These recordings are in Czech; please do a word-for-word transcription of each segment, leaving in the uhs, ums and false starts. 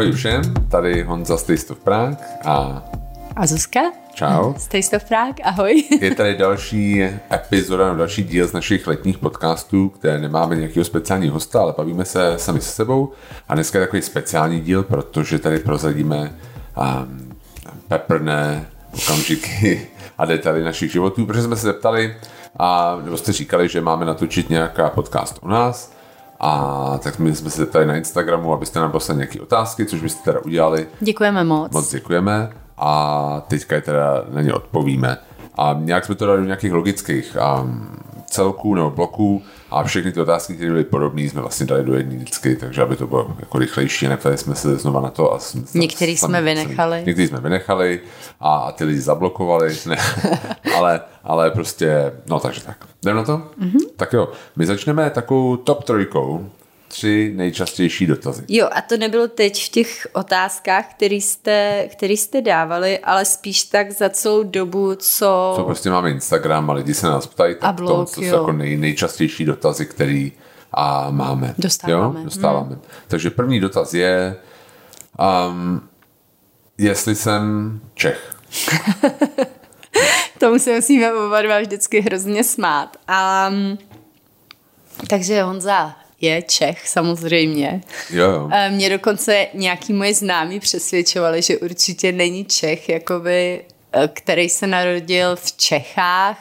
Ahoj všem, tady Honza z Taste of Prague a... A Zuzka. Čau. Z Taste of Prague, ahoj. Je tady další epizoda, no další díl z našich letních podcastů, kde nemáme nějakého speciálního hosta, ale bavíme se sami se sebou. A dneska je takový speciální díl, protože tady prozradíme um, peprné okamžiky a detaily našich životů, protože jsme se zeptali, a, nebo jste říkali, že máme natočit nějaká podcast o nás. A tak my jsme se zeptali na Instagramu, abyste nám poslali nějaké otázky, což byste teda udělali. Děkujeme moc. Moc děkujeme a teďka je teda na ně odpovíme. A nějak jsme to dali do nějakých logických um, celků nebo bloků a všechny ty otázky, které byly podobné, jsme vlastně dali do jedné vždycky, takže aby to bylo jako rychlejší, neptali jsme se znova na to. A některý jsme sami, vynechali. Některý jsme vynechali a, a ty lidi zablokovali, ne, ale, ale prostě, no takže tak. Jdeme na to? Mm-hmm. Tak jo, my začneme takovou top trojkou. Tři nejčastější dotazy. Jo, a to nebylo teď v těch otázkách, které jste, který jste dávali, ale spíš tak za celou dobu, co... Co prostě máme Instagram a lidi se nás ptají, tak blog, to, to jsou jako nej, nejčastější dotazy, které a máme. Dostáváme. Jo? Dostáváme. Hmm. Takže první dotaz je, um, jestli jsem Čech. Tomu se musíme oba dva vždycky hrozně smát. Um, takže Honza je Čech, samozřejmě. Jo, jo. Mě dokonce nějaký moje známí přesvědčovali, že určitě není Čech, jakoby, který se narodil v Čechách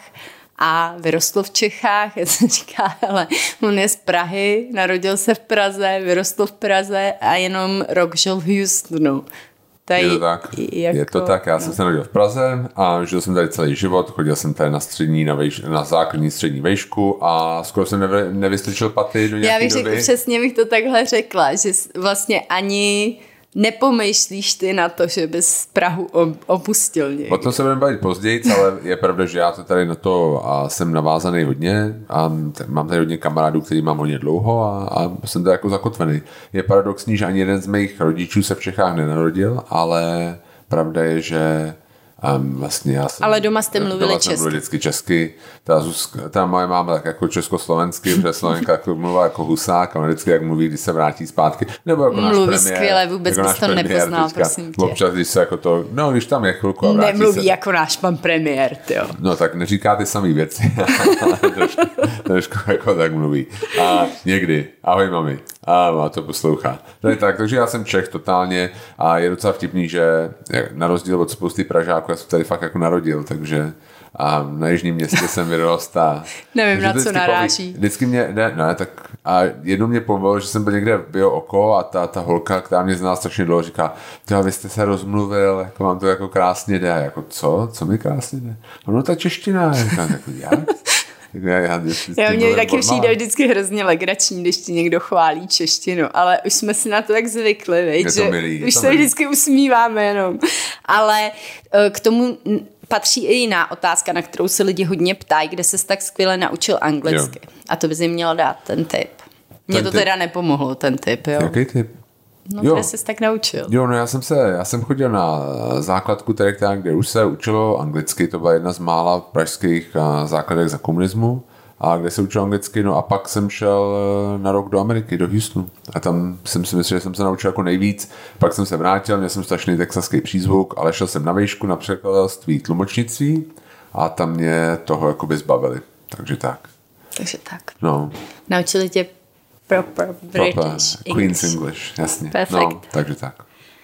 a vyrostl v Čechách. Já jsem říkala, ale on je z Prahy, narodil se v Praze, vyrostl v Praze a jenom rok žil v Houstonu. Je to tak, jako, je to tak. Já no. jsem se narodil v Praze a žil jsem tady celý život, chodil jsem tady na střední, na, vejš, na základní střední vejšku a skoro jsem nevy, nevystrčil paty do nějaké doby. Já bych řekl, přesně bych to takhle řekla, že vlastně ani nepomýšlíš ty na to, že bys Prahu opustil někdy. O tom se budeme bavit později, ale je pravda, že já to tady na to a jsem navázaný hodně a mám tady hodně kamarádů, který mám hodně dlouho a, a jsem tady jako zakotvený. Je paradoxní, že ani jeden z mých rodičů se v Čechách nenarodil, ale pravda je, že Um, vlastně já jsem, ale doma jste mluvili doma česky. Mluvili vždycky česky. Ta, Zuzka, ta moje máma tak jako československy, protože Slovenka jako mluvila jako Husák a on vždycky jak mluví, když se vrátí zpátky. Nebo jako mluví náš premiér. Skvěle, vůbec jako bys to premiér, nepoznal, teďka, prosím tě. Občas, když se jako to, no když tam je chvilku a vrátí nemluví se. jako náš pan premiér, tyjo. No tak neříká ty samý věci. trošku, trošku jako tak mluví. A někdy. Ahoj mami. A má to poslouchá. No tak, takže já jsem Čech totálně a je docela vtipný, že na rozdíl od spousty Pražáků já jsem tady fakt jako narodil, takže a na jižním městě jsem vyrost a... Nevím, na co naráží. Poví, vždycky mě, ne, ne, tak a jednou mě pobavilo, že jsem byl někde v bio oko a ta, ta holka, která mě zná strašně dlouho, říká, tyjo, vy jste se rozmluvil, jako vám to jako krásně jde. A jako co? Co mi krásně jde? A no ta čeština. Říkám, jako jak? Já, já, já mě taky přijde vždycky hrozně legrační, když ti někdo chválí češtinu, ale už jsme si na to tak zvykli, veď, že milý, už se milý. vždycky usmíváme jenom. Ale k tomu patří i jiná otázka, na kterou se lidi hodně ptají, kde ses tak skvěle naučil anglicky. Jo. A to bys jim měla dát ten tip. Mně ten to tip? Teda nepomohlo, ten tip. Jo? Jaký tip? No, jo. Kde ses tak naučil? Jo, no já jsem se, já jsem chodil na základku, tady, kde už se učilo anglicky, to byla jedna z mála pražských základek za komunismu, a kde se učil anglicky, no a pak jsem šel na rok do Ameriky, do Houstonu. A tam jsem si myslel, že jsem se naučil jako nejvíc, pak jsem se vrátil, měl jsem strašný texaský přízvuk, ale šel jsem na výšku na překladatelství tlumočnictví a tam mě toho jakoby zbavili. Takže tak. Takže tak. No. Naučili tě proper British proper English. Queen's English, jasně. Perfect. No, takže tak.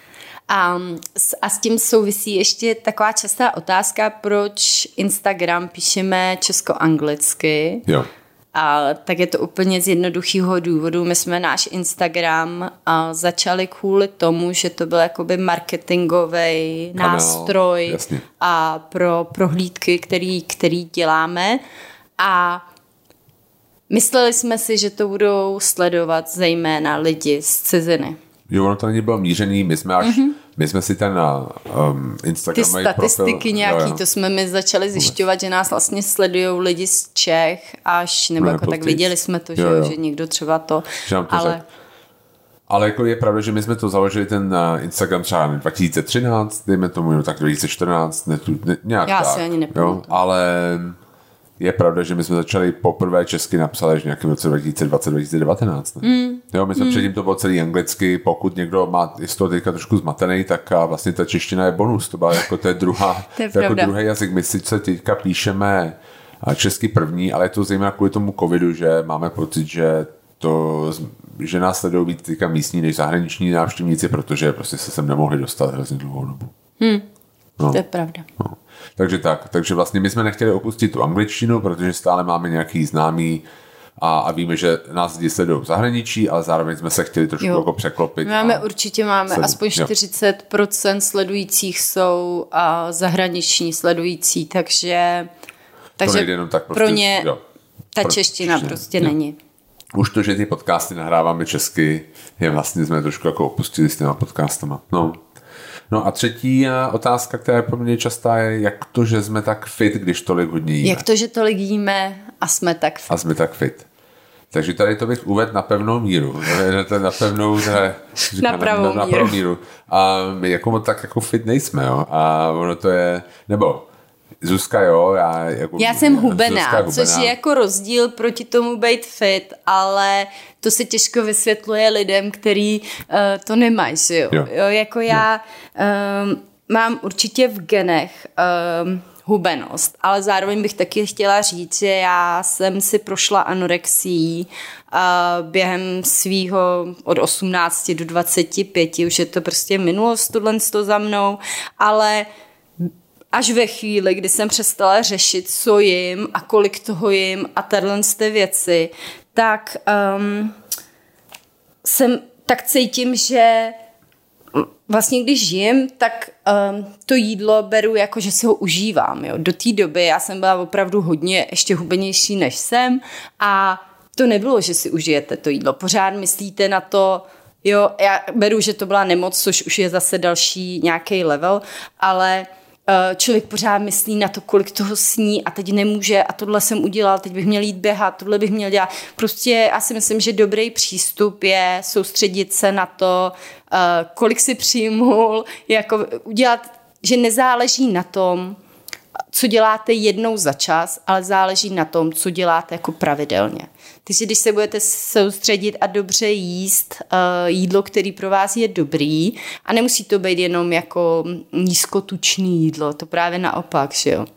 Um, a s tím souvisí ještě taková častá otázka, proč Instagram píšeme česko-anglicky. Jo. A tak je to úplně z jednoduchého důvodu. My jsme náš Instagram a začali kvůli tomu, že to byl jakoby marketingový nástroj jasně. a pro prohlídky, který, který děláme. A mysleli jsme si, že to budou sledovat zejména lidi z ciziny. Jo, ono to není bylo mířený, my jsme až, mm-hmm. my jsme si ten na um, Instagram ty statistiky profil, nějaký, jo, jo. to jsme my začali zjišťovat, že nás vlastně sledujou lidi z Čech až, nebo no, jako tak viděli jsme to, jo, že, jo. že někdo třeba to, to ale... Řek. Ale jako je pravda, že my jsme to založili ten Instagram třeba dva tisíce třináct, dejme tomu, tak dva tisíce čtrnáct, ne, ne, nějak Já tak. si ani nepamatuju. Ale je pravda, že my jsme začali poprvé česky napsat až v nějakém roce dva tisíce dvacet dva tisíce devatenáct. Mm. Jo, my jsme mm. předtím to bylo celý anglicky, pokud někdo má z toho teďka trošku zmatený, tak vlastně ta čeština je bonus, to byla jako to je druhá, to je, to jako druhý jazyk. My sice teďka píšeme česky první, ale je to zejména kvůli tomu covidu, že máme pocit, že to, že nás sledují být teďka místní než zahraniční návštěvníci, protože prostě se sem nemohli dostat hrozně dlouhou dobu. Hmm. No. To je pravda. No. Takže tak, takže vlastně my jsme nechtěli opustit tu angličtinu, protože stále máme nějaký známý a, a víme, že nás lidi sledují v zahraničí, ale zároveň jsme se chtěli trošku jako překlopit. Máme určitě, máme sledu. aspoň čtyřicet procent sledujících jsou a zahraniční sledující, takže, takže jenom tak prostě, pro ně jo, ta pro, čeština čeština, prostě jo. není. Už to, že ty podcasty nahráváme česky, je vlastně jsme trošku jako opustili s těma podcastama. No. No a třetí otázka, která je pro mě častá, je, jak to, že jsme tak fit, když tolik hodně jíme. Jak to, že tolik jíme a jsme tak fit. A jsme tak fit. Takže tady to bych uvedl na pevnou míru. Na pevnou, říká, na pravou na, na, na pravou míru. A my jako tak jako fit nejsme, jo. A ono to je, nebo Zuzka, jo. Já, jako, já jsem hubená, hubená, což je jako rozdíl proti tomu být fit, ale to se těžko vysvětluje lidem, který uh, to nemají, jo. Jo. jo. Jako já um, mám určitě v genech um, hubenost, ale zároveň bych taky chtěla říct, že já jsem si prošla anorexií uh, během svýho od osmnácti do dvaceti pěti, už je to prostě minulost tohle za mnou, ale až ve chvíli, kdy jsem přestala řešit, co jim a kolik toho jim a tadyhle ty věci, tak um, jsem, tak cítím, že vlastně když jim, tak um, to jídlo beru jako, že si ho užívám. Jo. Do té doby já jsem byla opravdu hodně ještě hubenější, než jsem a to nebylo, že si užijete to jídlo. Pořád myslíte na to, jo, já beru, že to byla nemoc, což už je zase další nějaký level, ale člověk pořád myslí na to, kolik toho sní a teď nemůže a tohle jsem udělal, teď bych měl jít běhat, tohle bych měl dělat. Prostě já si myslím, že dobrý přístup je soustředit se na to, kolik si přijmul, jako udělat, že nezáleží na tom, co děláte jednou za čas, ale záleží na tom, co děláte jako pravidelně. Takže když se budete soustředit a dobře jíst uh, jídlo, který pro vás je dobrý a nemusí to být jenom jako nízkotučný jídlo, to právě naopak, že jo,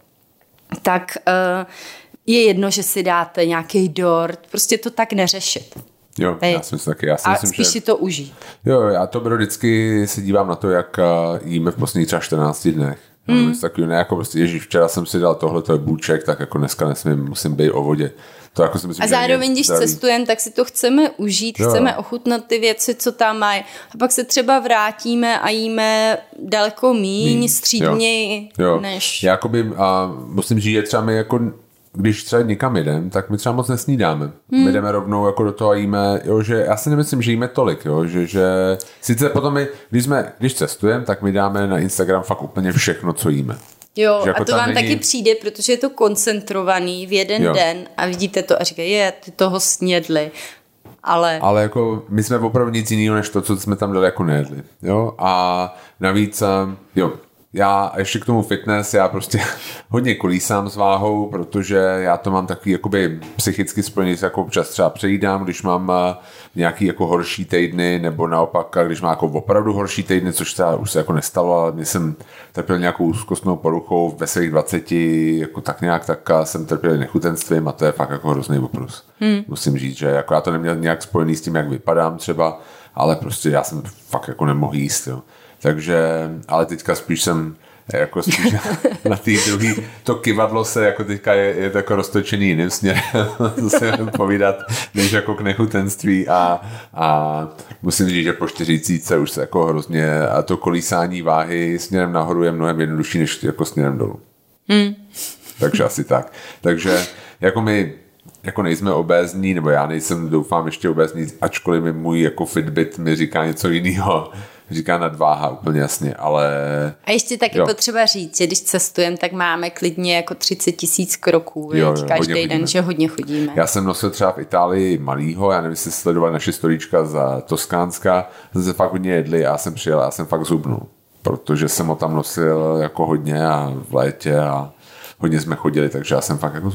tak uh, je jedno, že si dáte nějaký dort, prostě to tak neřešit. Jo, Tady. já si myslím taky. Já si a myslím, spíš že... si to užít. Jo, já to beru vždycky, se dívám na to, jak jíme v posledních třeba čtrnácti dnech. Hmm. Takový, ne, jako prostě, ježiš, včera jsem si dal tohle, to je bůček, tak jako dneska nesmím, musím být o vodě. To jako si myslím, a zároveň, když cestujeme, tak si to chceme užít, jo. chceme ochutnat ty věci, co tam mají. A pak se třeba vrátíme a jíme daleko míň, míň. střídněji, jo. Jo. než... Já jakoby, a musím říct, že třeba my jako... Když třeba někam jdem, tak my třeba moc nesnídáme. Hmm. My jdeme rovnou jako do toho a jíme, jo, že já si nemyslím, že jíme tolik, jo, že, že sice potom my, když jsme, když cestujeme, tak my dáme na Instagram fakt úplně všechno, co jíme. Jo, jako a to vám není... taky přijde, protože je to koncentrovaný v jeden jo. den a vidíte to a říkají, je, ty toho snědli. Ale... Ale jako my jsme opravdu nic jiného, než to, co jsme tam dali, jako nejedli. Jo, a navíc, jo, já ještě k tomu fitness, já prostě hodně kolísám s váhou, protože já to mám takový jakoby psychicky spojený, jako občas třeba přejídám, když mám nějaký jako horší týdny, nebo naopak, když mám jako opravdu horší týdny, což třeba už se jako nestalo, ale když jsem trpěl nějakou úzkostnou poruchou ve svých dvaceti, jako tak nějak, tak jsem trpěl nechutenstvím a to je fakt jako hrozný oprus. Hmm. Musím říct, že jako já to neměl nějak spojený s tím, jak vypadám třeba, ale prostě já jsem fakt jako nemohl jíst, jo. Takže, ale teďka spíš jsem jako spíš na, na té druhý, to kyvadlo se jako teďka je, je jako roztočený jiným směrem, to se můžu povídat, než jako k nechutenství a, a musím říct, že po čtyřicítce už se jako hrozně, a to kolísání váhy směrem nahoru je mnohem jednodušší, než jako směrem dolů. Hmm. Takže asi tak. Takže jako my jako nejsme obézní, nebo já nejsem, doufám, ještě obézní, ačkoliv mi můj jako Fitbit mi říká něco jiného. Říká nadváha úplně jasně, ale... A ještě taky jo. potřeba říct, že když cestujeme, tak máme klidně jako třicet tisíc kroků jo, jo, každý den, že hodně chodíme. Já jsem nosil třeba v Itálii malýho, já nevím, jestli sledovali naše storíčka za Toskánska, jsme se fakt hodně jedli a já jsem přijel a já jsem fakt zhubnul, protože jsem ho tam nosil jako hodně a v létě a hodně jsme chodili, takže já jsem fakt jako zhubnul.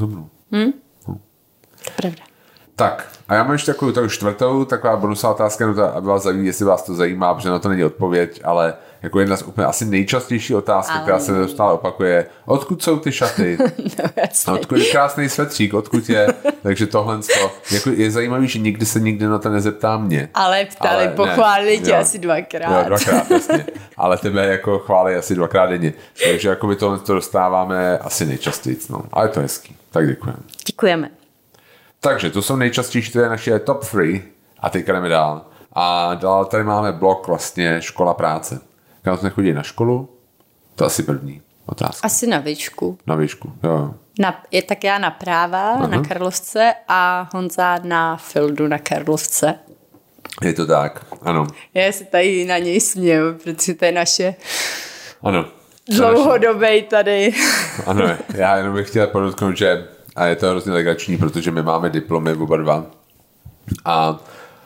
Hmm? Hmm. Pravda. Tak, a já mám ještě takovou, takovou čtvrtou, taková bonusová otázka, no aby vás zajímá, jestli vás to zajímá, protože na to není odpověď, ale jako jedna z úplně asi nejčastější otázka, ale... která se neustále opakuje, odkud jsou ty šaty? No, odkud je krásný svetřík, odkud je? Takže tohle jako je zajímavý, že nikdy se nikdy na to nezeptá mě. Ale ptali, ale pochválili tě asi dvakrát. Jo, dvakrát, jasně. Ale tebe jako chválí asi dvakrát denně. Takže jako by tohle to dostáváme asi nejčastěji, no. Ale to je hezký. Tak děkujeme. Děkujeme. Takže to jsou nejčastější, to je naše top tři a teďka jdeme dál. A dál tady máme blok vlastně škola práce. Kam jsme chodí na školu? To asi první otázka. Asi na výšku. Na výšku, jo. Na, je tak já na práva, aha, na Karlovce a Honza na Fildu na Karlovce. Je to tak, ano. Já se tady na něj směju, protože to je naše ano. dlouhodobej tady. Ano, já jenom bych chtěl podotknout, že a je to hrozně legrační, protože my máme diplomy oba dva a,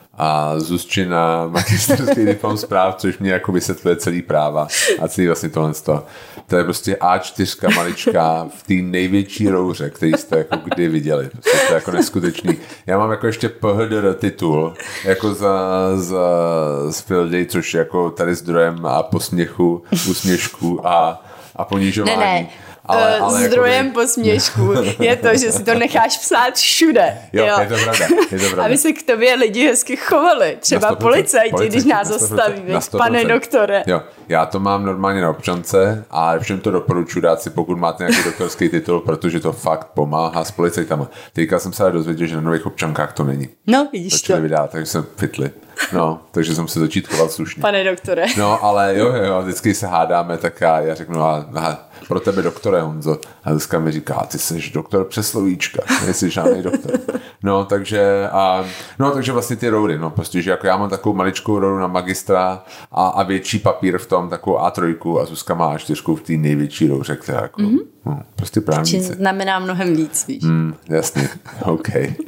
a Zuzčina magisterský diplom zpráv, což mě jako vysvětluje celý práva a celý vlastně tohle to. To je prostě á čtyři malička v té největší rouře, který jste jako kdy viděli. Prostě to je jako neskutečný. Já mám jako ještě P H D R titul, jako za, za z Fildy, což jako tady zdrojem a posměchu, úsměšku a, a ponižování. Ne, ne. Ale, ale zdrojem jakoby... posměšku je to, že si to necháš psát všude. Jo, jo. Je to pravda, je to pravda. Aby se k tobě lidi hezky chovali. Třeba policajti, policajti, když nás zastaví, pane doktore. Jo, já to mám normálně na občance a všem to doporučuji dát si, pokud máte nějaký doktorský titul, protože to fakt pomáhá s policajtama. Teďka jsem se ale dozvěděl, že na nových občankách to není. No, vidíš Začali to. Vydát, takže jsem fitli. No, takže jsem se začít chovat slušně. Pane doktore. No, ale jo, jo, vždycky se hádáme, tak já, já řeknu, a, a pro tebe doktore, Honzo. A dneska mi říká, ty jsi doktor přes slovíčka, nejsi žádný doktor. No, takže, a, no, takže vlastně ty roury, no, prostě, že jako já mám takovou maličkou rouru na magistra a, a větší papír v tom, takovou á tři a Zuzka má á čtyři v té největší rouře, která jako, mm-hmm. no, prostě právníci. Či znamená mnohem víc, víš. Mm, jasně, OK.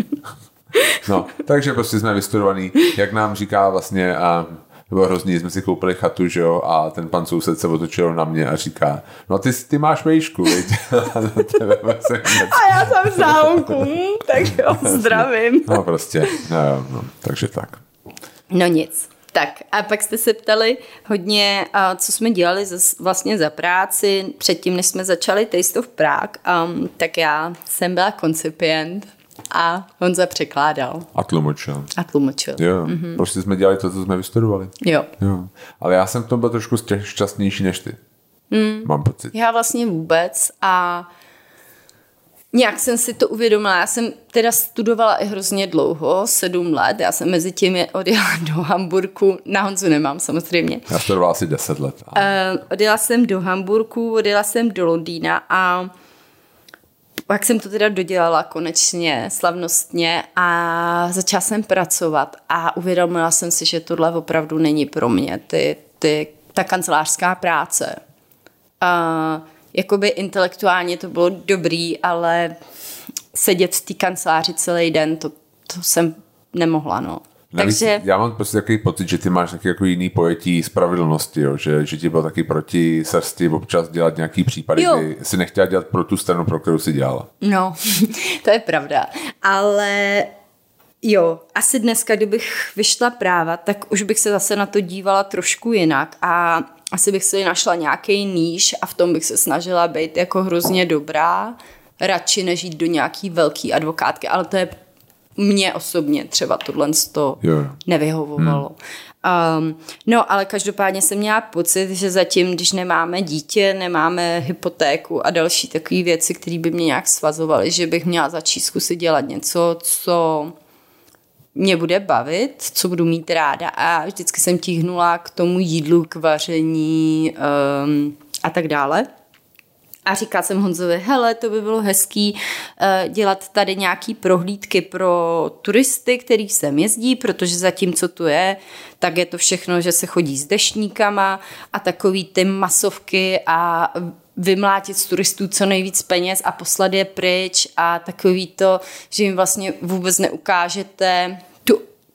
No, takže prostě jsme vystudovaný, jak nám říká vlastně, a bylo hrozný, jsme si koupili chatu, že jo, a ten pan soused se otočil na mě a říká, no ty, ty máš vejšku, viď? A já jsem v záhonku, tak jo, zdravím. No prostě, no, no, takže tak. No nic. Tak a pak jste se ptali hodně, co jsme dělali za, vlastně za práci předtím, než jsme začali Taste of Prague, um, tak já jsem byla koncipient a Honza překládal. A tlumočil. A tlumočil. Jo, mm-hmm. Prostě jsme dělali to, co jsme vystudovali. Jo. jo. Ale já jsem v tom byl trošku šťastnější než ty. Mm. Mám pocit. Já vlastně vůbec a nějak jsem si to uvědomila. Já jsem teda studovala i hrozně dlouho, sedm let. Já jsem mezi tím odjela do Hamburku. Na Honzu nemám samozřejmě. Já studovala asi deset let. Uh, odjela jsem do Hamburku, odjela jsem do Londýna a pak jsem to teda dodělala konečně, slavnostně a začala jsem pracovat a uvědomila jsem si, že tohle opravdu není pro mě, ty, ty, ta kancelářská práce. Uh, jakoby intelektuálně to bylo dobrý, ale sedět v té kanceláři celý den, to, to jsem nemohla, no. Navíc, takže já mám prostě takový pocit, že ty máš taky jako jiný pojetí spravedlnosti, jo? Že, že ti bylo taky proti srsti občas dělat nějaký případy, jo. Kdy jsi nechtěla dělat pro tu stranu, pro kterou jsi dělala. No, to je pravda. Ale jo, asi dneska, kdybych vyšla práva, tak už bych se zase na to dívala trošku jinak a asi bych si našla nějaký níž a v tom bych se snažila být jako hrozně dobrá, radši než jít do nějaký velký advokátky, ale to je mně osobně třeba tohle to nevyhovovalo. Hmm. Um, no, ale každopádně jsem měla pocit, že zatím, když nemáme dítě, nemáme hypotéku a další takové věci, které by mě nějak svazovaly, že bych měla začít zkusit dělat něco, co mě bude bavit, co budu mít ráda a vždycky jsem tíhnula k tomu jídlu, k vaření um, a tak dále. A říkala jsem Honzovi, hele, to by bylo hezký uh, dělat tady nějaký prohlídky pro turisty, který sem jezdí, protože zatím, co tu je, tak je to všechno, že se chodí s deštníkama a takový ty masovky a vymlátit z turistů co nejvíc peněz a poslat je pryč a takový to, že jim vlastně vůbec neukážete tu,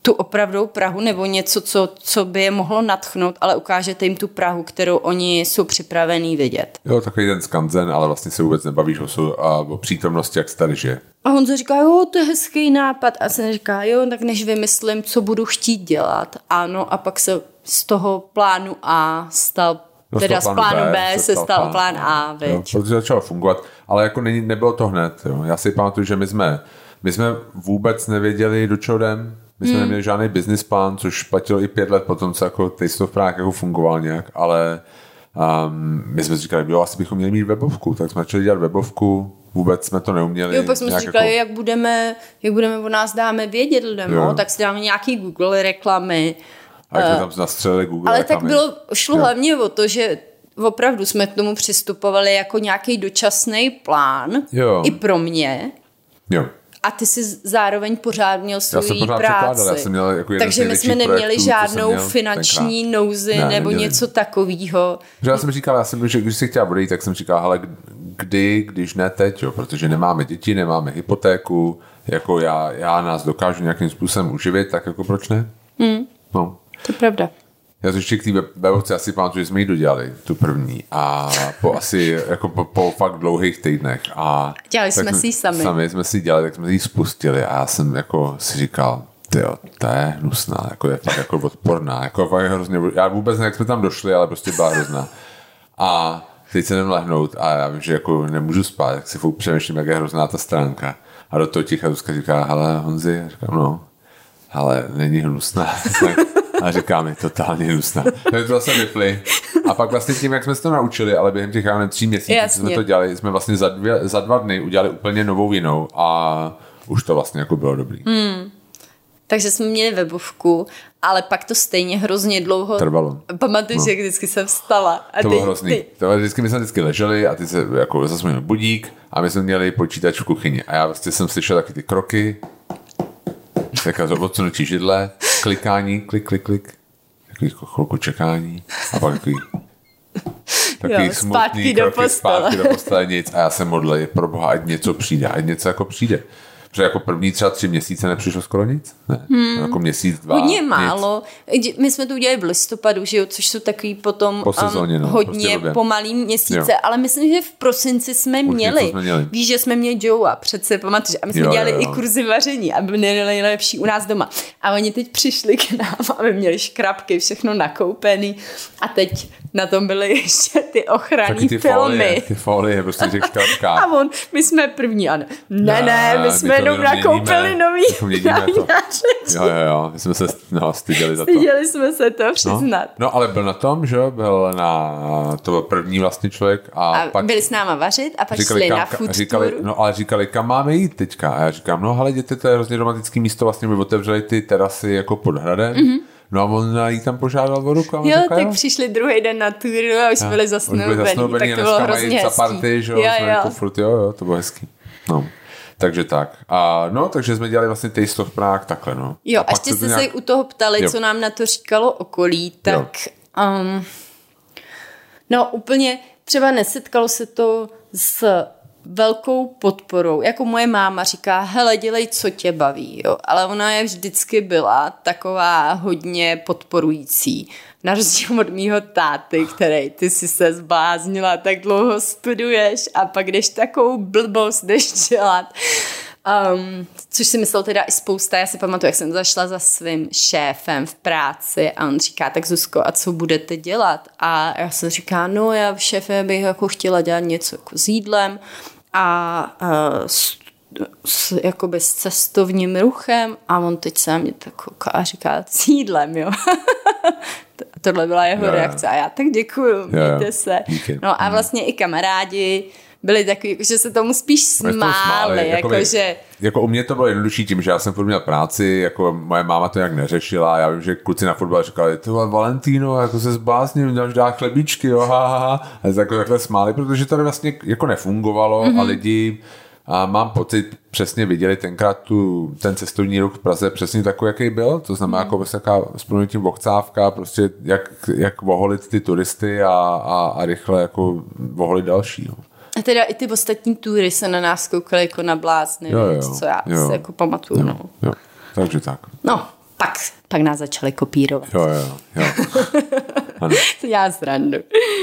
tu opravdou Prahu nebo něco, co, co by je mohlo nadchnout, ale ukážete jim tu Prahu, kterou oni jsou připravení vidět. Jo, takový ten skanzen, ale vlastně se vůbec nebavíš o, a o přítomnosti, jak se tady žije. A Honza říká, jo, to je hezký nápad. A jsem říká, jo, tak než vymyslím, co budu chtít dělat. Ano, a pak se z toho plánu A stal, no, teda z plánu B, B se stal plán, plán A, viď. Jo, protože začalo fungovat, ale jako není, nebylo to hned. Jo. Já si pamatuju, že my jsme, my jsme vůbec nevěděli, do čeho jdem. My jsme hmm. neměli žádný business plán, což platilo i pět let potom, co jako Taste of Prague jako fungoval nějak, ale um, my jsme si říkali, jo, asi bychom měli mít webovku, tak jsme začali dělat webovku, vůbec jsme to neuměli. Jo, pak jsme si říkali, jako... jak, budeme, jak budeme o nás dáme vědět lidem, no, tak si dáme nějaký Google reklamy. A jak jsme tam nastřelili Google ale reklamy. Tak bylo, šlo jo. hlavně o to, že opravdu jsme k tomu přistupovali jako nějaký dočasný plán, jo. i pro mě. Jo. A ty jsi zároveň pořád měl svou práci. Já jsem měl jako takže my jsme neměli projektů, žádnou finanční tenkrát. nouzi ne, nebo neměli. něco takového. Já jsem říkal, já jsem, že když jsi chtěla odejít, tak jsem říkal, hele, kdy, když ne teď, jo, protože nemáme děti, nemáme hypotéku, jako já, já nás dokážu nějakým způsobem uživit, tak jako proč ne? Hmm. No. To je pravda. Já to ještě k té webovce asi pamatuju, že jsme ji dodělali, tu první. A po asi, jako po, po fakt dlouhých týdnech. A dělali jsme si ji sami. Sami jsme si dělali, tak jsme ji spustili a já jsem jako si říkal, tyjo, to je hnusná, jako je fakt jako odporná, jako fakt hrozně, já vůbec nevím, jak jsme tam došli, ale prostě byla hrozná. A teď se jdem lehnout a já vím, že jako nemůžu spát, tak si fakt přemýšlím, jak je hrozná ta stránka. A do toho ticha Zuzka říká, hele Honzi, a říkám, no, ale není hnusná. A říká mi, totálně hnusná. Takže to zase vypli. A pak vlastně tím, jak jsme se to naučili, ale během těch já tří měsíců, co jsme to dělali, jsme vlastně za, dvě, za dva dny udělali úplně novou jinou a už to vlastně jako bylo dobrý. Hmm. Takže jsme měli webovku, ale pak to stejně hrozně dlouho trvalo. Pamatuješ, no. jak vždycky jsem vstala. A to ty, bylo hrozný. Ty... To vždycky my jsme vždycky leželi a ty se jako zase měli budík a my jsme měli počítač v kuchyni. A já vlastně jsem slyšel taky ty kroky, taková odsunutí židle, klikání, klik, klik, klik, takový chvilku čekání a pak takový takový jo, smutný do kroky zpátky do postele, nic a já jsem modlil, pro boha, ať něco přijde, ať něco jako přijde. Protože jako první třeba tři měsíce nepřišlo skoro nic, ne? Hmm. Jako měsíc, dva, hodně málo. Nic. My jsme to udělali v listopadu, že jo, což jsou takový potom po sezóně, no, hodně prostě pomalý měsíce, jo. ale myslím, že v prosinci jsme měli. jsme měli. Víš, že jsme měli Joea, přece pamatuješ, a my jsme jo, dělali jo, jo. i kurzy vaření, aby měli nejlepší u nás doma. A oni teď přišli k nám, aby měli škrabky, všechno nakoupený a teď na tom byly ještě ty ochranný ty filmy. Folie, ty folie, prostě těch škrabkách. A on, my jsme první, ano. Ne, ne, my jsme jenom nakoupili nový náměřek. Jo, jo, jo, my jsme se no, styděli za to. Styděli jsme se to přiznat. No, no ale byl na tom, že byl na, to byl první vlastně člověk. A, a pak byli s náma vařit a pak šli na food říkali, tour. No ale říkali, kam máme jít teďka? A já říkám, no hele, děte, to je hrozně romantický místo, vlastně my otevřeli ty terasy jako pod hradem. Mm-hmm. No a on jí tam požádal o ruku. Jo, řekla, tak jo? Přišli druhý den na tour a už ja, byli zasnoubený, tak to bylo hrozně hezký. Party, že jo, jo, jo. Furt, jo, jo, to bylo hezký. No. Takže tak. A no, takže jsme dělali vlastně Taste of Prague takhle, no. Jo, a ještě jste nějak... se u toho ptali, jo. co nám na to říkalo okolí, tak um, no úplně třeba nesetkalo se to s velkou podporou. Jako moje máma říká, hele, dělej, co tě baví, jo. Ale ona je vždycky byla taková hodně podporující. Na rozdíl od mýho táty, který ty si se zbláznila, tak dlouho studuješ a pak jdeš takovou blbost jdeš dělat. Um, což si myslel teda i spousta. Já si pamatuju, jak jsem zašla za svým šéfem v práci a on říká, tak Zuzko, a co budete dělat? A já jsem říká, no já šéfe bych jako chtěla dělat něco jako s jídlem a uh, s, s, jakoby s cestovním ruchem a on teď se na mě tak kouká a říká, s jídlem, jo. Tohle byla jeho jo, reakce a já tak děkuju, mějte se. Díky. No a vlastně i kamarádi byli takový, že se tomu spíš smáli. Jako, jako, že... jako u mě to bylo jednodušší tím, že já jsem furt měl práci, jako moje máma to nějak neřešila, já vím, že kluci na fotbal říkali, ty Valentino, jako se zbláznil, dáš dá chlebíčky, jo, ha, ha, ha. A se jako takhle smáli, protože to vlastně jako nefungovalo mm-hmm. a lidi, a mám pocit, přesně viděli tenkrát tu, ten cestovní ruch v Praze přesně takový, jaký byl, to znamená mm. jako vlastně taková vzpomínutím vochcávka, prostě jak, jak voholit ty turisty a, a, a rychle jako voholit další, jo. A teda i ty ostatní tury se na nás koukaly jako na blázny, jo, jo, co já jo. se jako pamatuju. Jo, no. jo. Takže tak. No, pak, pak nás začali kopírovat. Jo, jo, jo. Ano. To dělá srandu.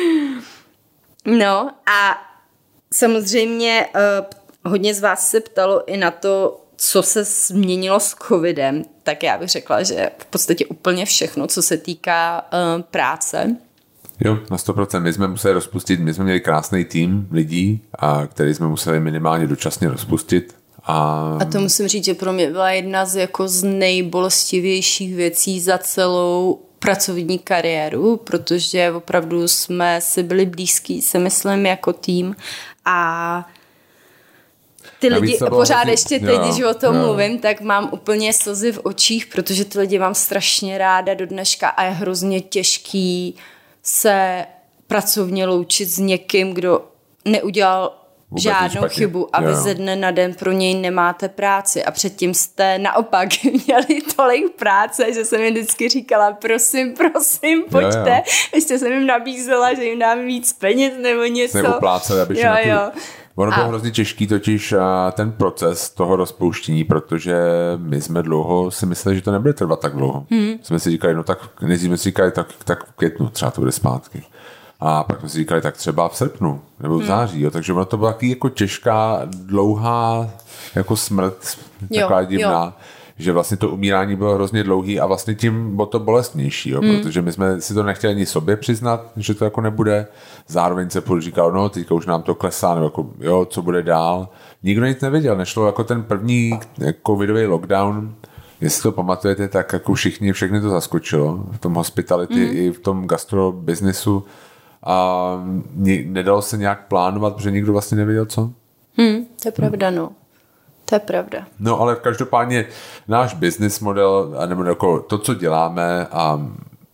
No a samozřejmě uh, hodně z vás se ptalo i na to, co se změnilo s covidem, tak já bych řekla, že v podstatě úplně všechno, co se týká uh, práce. Jo, na sto procent. My jsme museli rozpustit, my jsme měli krásný tým lidí, a který jsme museli minimálně dočasně rozpustit. A... a to musím říct, že pro mě byla jedna z, jako z nejbolestivějších věcí za celou pracovní kariéru, protože opravdu jsme si byli blízký, si myslím, jako tým a ty lidi, pořád hodně, ještě teď, jo, když o tom jo. mluvím, tak mám úplně slzy v očích, protože ty lidi mám strašně ráda do dneška a je hrozně těžký se pracovně loučit s někým, kdo neudělal vůbec žádnou chybu a vy ze dne na den pro něj nemáte práci a předtím jste naopak měli tolik práce, že jsem jim vždycky říkala, prosím, prosím, pojďte. Jo, jo. Ještě jsem jim nabízela, že jim dám víc peněz nebo něco. Nebo pláce, aby jo, jo. Ono bylo a... hrozně těžký totiž ten proces toho rozpouštění, protože my jsme dlouho si mysleli, že to nebude trvat tak dlouho. Hmm. Jsme si říkali, no tak, nejdřív jsme si říkali, tak, tak v květnu třeba to bude zpátky. A pak jsme si říkali, tak třeba v srpnu nebo v září, jo. Takže ono to byla taky jako těžká, dlouhá jako smrt, taková divná, jo. že vlastně to umírání bylo hrozně dlouhý a vlastně tím bylo to bolestnější, jo, hmm. protože my jsme si to nechtěli ani sobě přiznat, že to jako nebude. Zároveň se půl říkal, no teďka už nám to klesá, nebo jako, jo, co bude dál. Nikdo nic nevěděl, nešlo jako ten první covidový lockdown, jestli to pamatujete, tak jako všichni, všechny to zaskočilo, v tom hospitality hmm. i v tom gastrobiznesu. A nedalo se nějak plánovat, protože nikdo vlastně nevěděl, co? Hmm, to je pravda, hmm. no. To je pravda. No, ale každopádně náš business model, nebo jako to, co děláme, a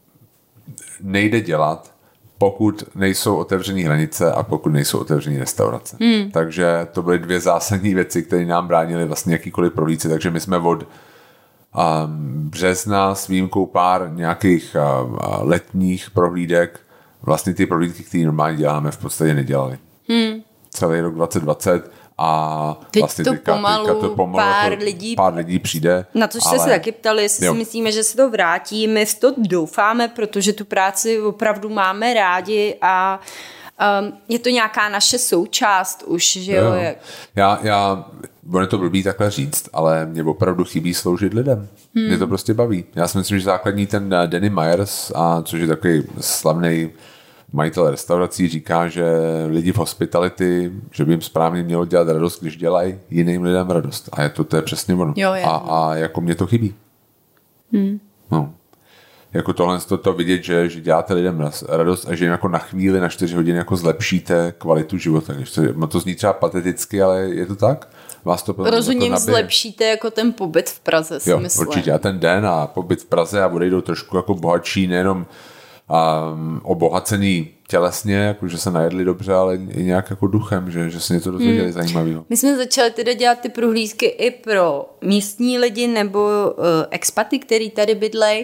nejde dělat, pokud nejsou otevřené hranice a pokud nejsou otevřené restaurace. Hmm. Takže to byly dvě zásadní věci, které nám bránily vlastně jakýkoliv prohlídce, takže my jsme od a, března s výjimkou pár nějakých a, a letních prohlídek vlastně ty prohlídky, které normálně děláme, v podstatě nedělali. Hmm. Celý rok dvacet dvacet a teď vlastně to teďka, pomalu, teďka to pomalu pár, jako lidí, pár lidí přijde. Na to jste ale... se taky ptali, jestli jo. si myslíme, že se to vrátí. My v to doufáme, protože tu práci opravdu máme rádi a um, je to nějaká naše součást už, že jo? jo. Já, já, bude to blbý takhle říct, ale mě opravdu chybí sloužit lidem. Hmm. Mě to prostě baví. Já si myslím, že základní ten Danny Myers, a což je takový slavný majitel restaurací, říká, že lidi v hospitality, že by jim správně mělo dělat radost, když dělají jiným lidem radost. A je to, to je přesně ono. Jo, je. A, a jako mě to chybí. Hmm. No. Jako tohle to, to vidět, že, že děláte lidem radost a že jim jako na chvíli, na čtyři hodiny jako zlepšíte kvalitu života. To, to zní třeba pateticky, ale je to tak? Vás to rozhodně zlepšíte jako ten pobyt v Praze, si jo, myslím. Určitě. A ten den a pobyt v Praze a odejdou trošku jako bohatší, nejenom um, obohacený tělesně, jako že se najedli dobře, ale i nějak jako duchem, že, že se něco dozvěděli hmm. zajímavého. My jsme začali teda dělat ty prohlídky i pro místní lidi nebo uh, expaty, který tady bydlej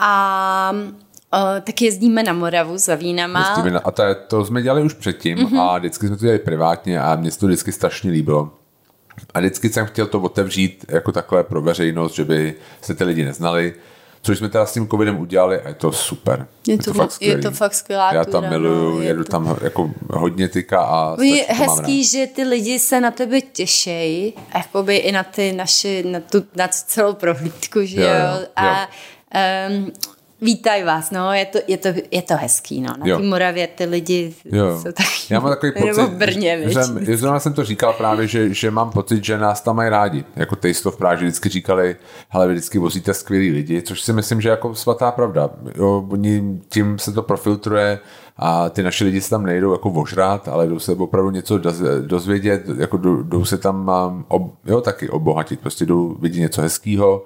a uh, tak jezdíme na Moravu za vínama. Na, a to, to jsme dělali už předtím mm-hmm. a vždycky jsme to dělali privátně a mně se to vždycky strašně líbilo. A vždycky jsem chtěl to otevřít jako takhle pro veřejnost, že by se ty lidi neznali. Což jsme teda s tím covidem udělali a je to super. Je, je to, to fakt skvělý. Je to fakt skvělá Já tam miluju, no, jedu to... tam jako hodně tyka a je hezký, že ty lidi se na tebe těšejí, jakoby i na ty naši, na tu na celou prohlídku, že jo. jo, jo. A jo. Um, vítaj vás, no, je to, je to, je to hezký, no, na té Moravě ty lidi jo. jsou taky, já mám takový pocit, nebo v Brně, že, že zrovna jsem to říkal právě, že, že mám pocit, že nás tam mají rádi, jako Taste of Prague, že vždycky říkali, hele, vy vždycky vozíte skvělý lidi, což si myslím, že jako svatá pravda, jo, oni, tím se to profiltruje a ty naši lidi se tam nejdou jako ožrát, ale jdou se opravdu něco dozvědět, jako jdou, jdou se tam, ob, jo, taky obohatit, prostě jdou vidět něco hezkýho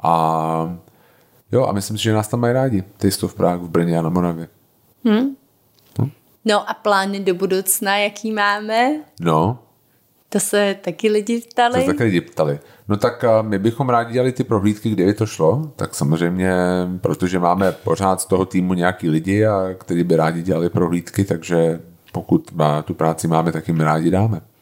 a jo, a myslím si, že nás tam mají rádi. Taste of Prague v Brně a na Moravě. Hmm. No. no a plány do budoucna, jaký máme? No. To se taky lidi ptali? To se taky lidi ptali. No tak my bychom rádi dělali ty prohlídky, kdyby to šlo. Tak samozřejmě, protože máme pořád z toho týmu nějaký lidi, a kteří by rádi dělali prohlídky, takže pokud tu práci máme, tak jim rádi dáme.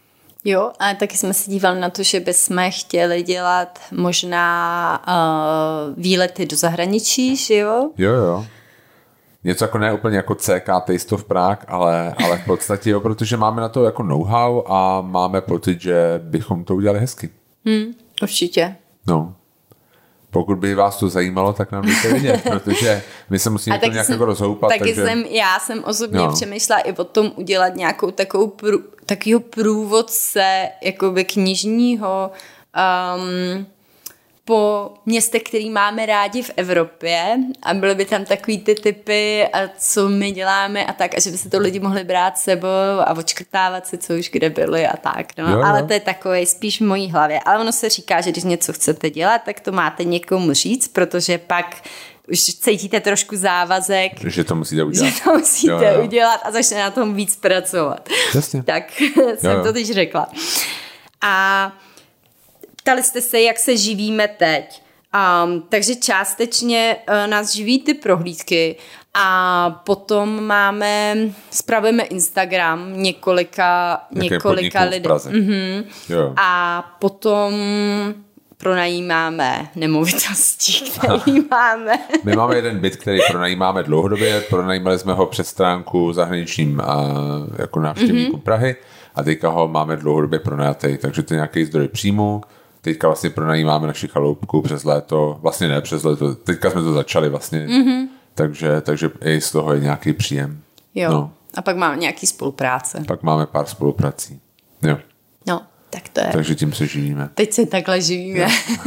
Jo, a taky jsme se dívali na to, že bychom chtěli dělat možná uh, výlety do zahraničí, že jo? Jo, jo. Něco jako ne úplně jako C K Taste of Prague, ale, ale v podstatě jo, protože máme na to jako know-how a máme pocit, že bychom to udělali hezky. Hmm, určitě. No. Pokud by vás to zajímalo, tak nám dejte vědět, protože my se musíme to nějak jsem, jako rozhoupat. Taky takže... jsem, já jsem osobně no. přemýšlela i o tom udělat nějakou takovou prů, takovýho průvodce jakoby knižního um, po městech, který máme rádi v Evropě a byly by tam takový ty typy a co my děláme a tak a že by se to lidi mohli brát s sebou a odškrtávat si, co už kde byli a tak. No. Jo, ale jo. to je takové spíš v mojí hlavě. Ale ono se říká, že když něco chcete dělat, tak to máte někomu říct, protože pak už cítíte trošku závazek, že to musíte udělat. Že to musíte jo, jo. udělat a začne na tom víc pracovat. Jasně. Tak jsem jo, jo. to teď řekla. A ptali jste se, jak se živíme teď. Um, takže částečně uh, nás živí ty prohlídky a potom máme, spravujeme Instagram několika, několika lidí. Mm-hmm. A potom pronajímáme nemovitosti, který máme. My máme jeden byt, který pronajímáme dlouhodobě, pronajímali jsme ho přes stránku zahraničním a, jako návštěvníkům mm-hmm. Prahy a teďka ho máme dlouhodobě pronajatý, takže to je nějaký zdroj příjmu. Teďka vlastně pronajímáme naši chaloupku přes léto, vlastně ne přes léto, teďka jsme to začali vlastně, mm-hmm. takže, takže i z toho je nějaký příjem. Jo, no. A pak máme nějaký spolupráce. Pak máme pár spoluprací, jo. No, tak to je. Takže tím se živíme. Teď se takhle živíme.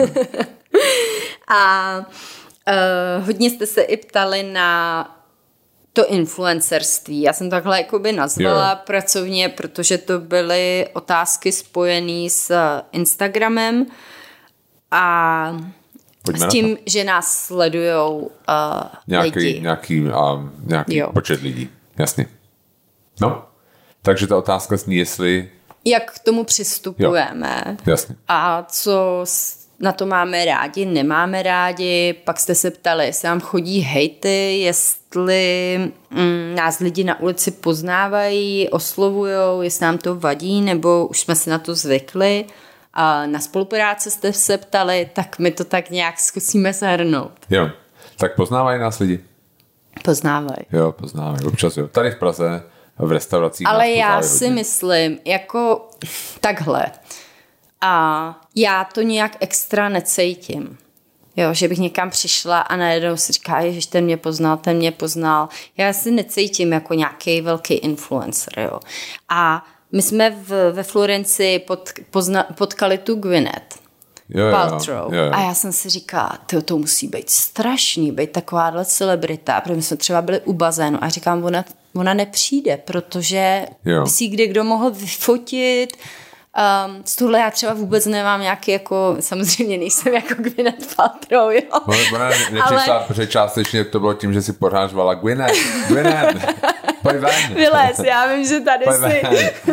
A uh, hodně jste se i ptali na to influencerství. Já jsem takhle jakoby nazvala jo. pracovně, protože to byly otázky spojené s Instagramem a Pojďme s tím, že nás sledujou uh, nějaký, lidi. Nějaký, uh, nějaký počet lidí. Jasně. No, takže ta otázka zní, jestli... Jak k tomu přistupujeme. Jo. Jasně. A co na to máme rádi, nemáme rádi. Pak jste se ptali, jestli nám chodí hejty, jestli mm, nás lidi na ulici poznávají, oslovujou, jestli nám to vadí, nebo už jsme se na to zvykli. A na spolupráci jste se ptali, tak my to tak nějak zkusíme shrnout. Jo, tak poznávají nás lidi? Poznávají. Jo, poznávají, občas jo. Tady v Praze, v restauracích. Ale já si hodně. myslím, jako takhle, a já to nějak extra necítím. Jo, že bych někam přišla a najednou si říká, ježiš, ten mě poznal, ten mě poznal. Já si necítím jako nějaký velký influencer, jo. A my jsme v, ve Florenci pod, pozna, potkali tu Gwyneth Paltrow. A já jsem si říkala, to, to musí být strašný, být takováhle celebrita, protože my jsme třeba byli u bazénu a říkám, ona, ona nepřijde, protože by si kde kdo mohl vyfotit. Um, z tohle já třeba vůbec nemám nějaký jako, samozřejmě nejsem jako Gwyneth Paltrow, jo. Ona nepřišla, ale... protože částečně to bylo tím, že si pořád řvala Gwyneth, Gwyneth, pojď ven. Vylez, já vím, že tady pojď si...